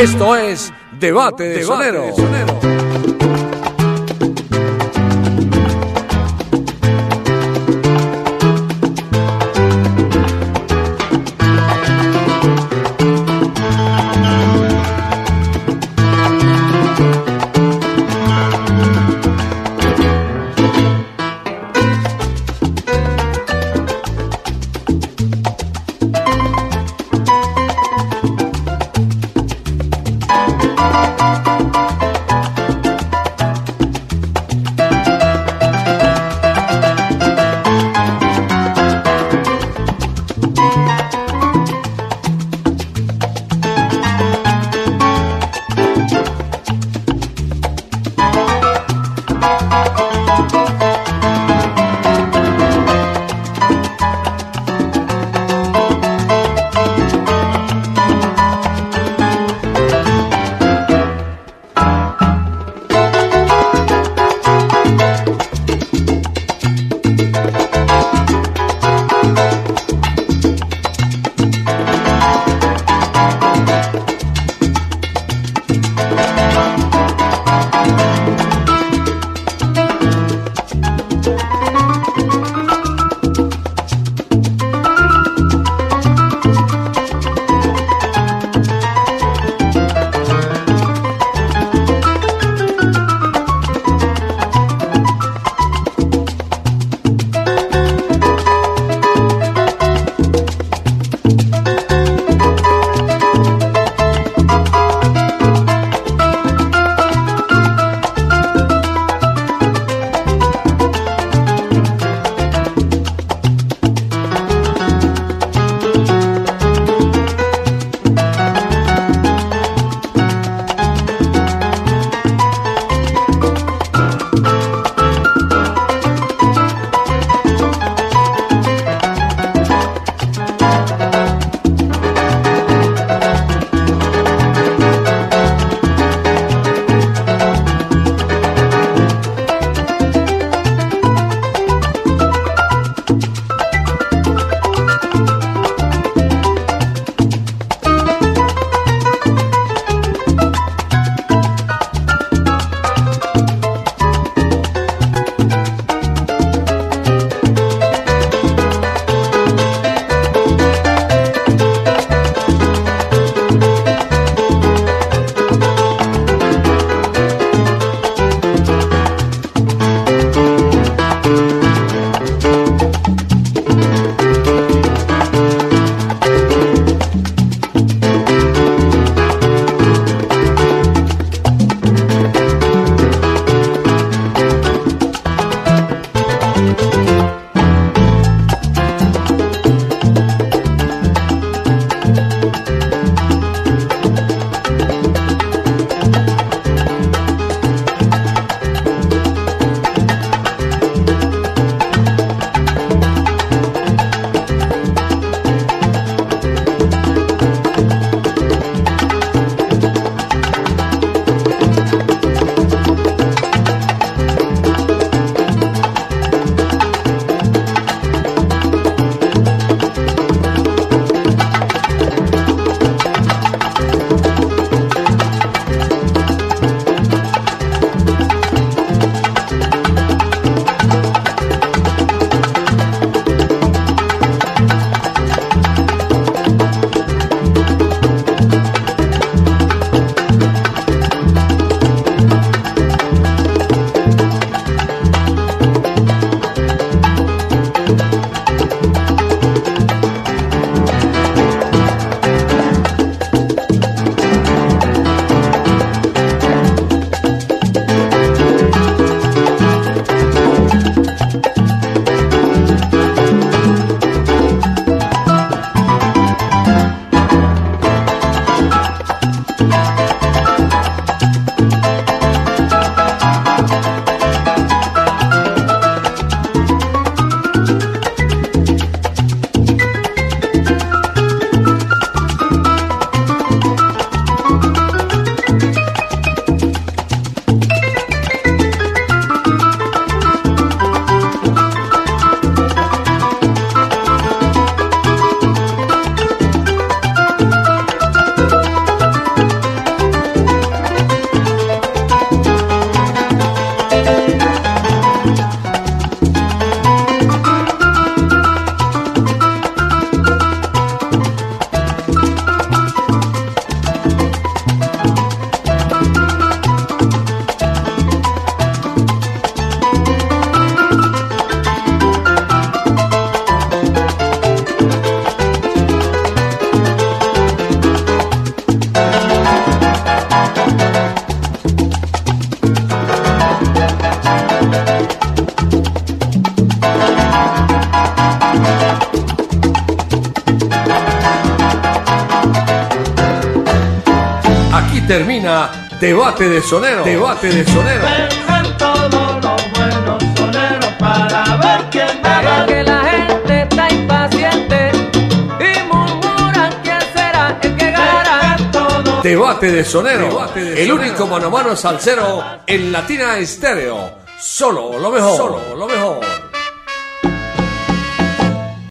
Esto es Debate de Sonero. termina Debate de Sonero. Debate de Sonero. Vengan todos los buenos soneros para ver quién gana. Que la gente está impaciente y murmuran quién será el que ganará. Debate de Sonero. El único mano a mano salsero en Latina Estéreo. Solo lo mejor. Solo lo mejor.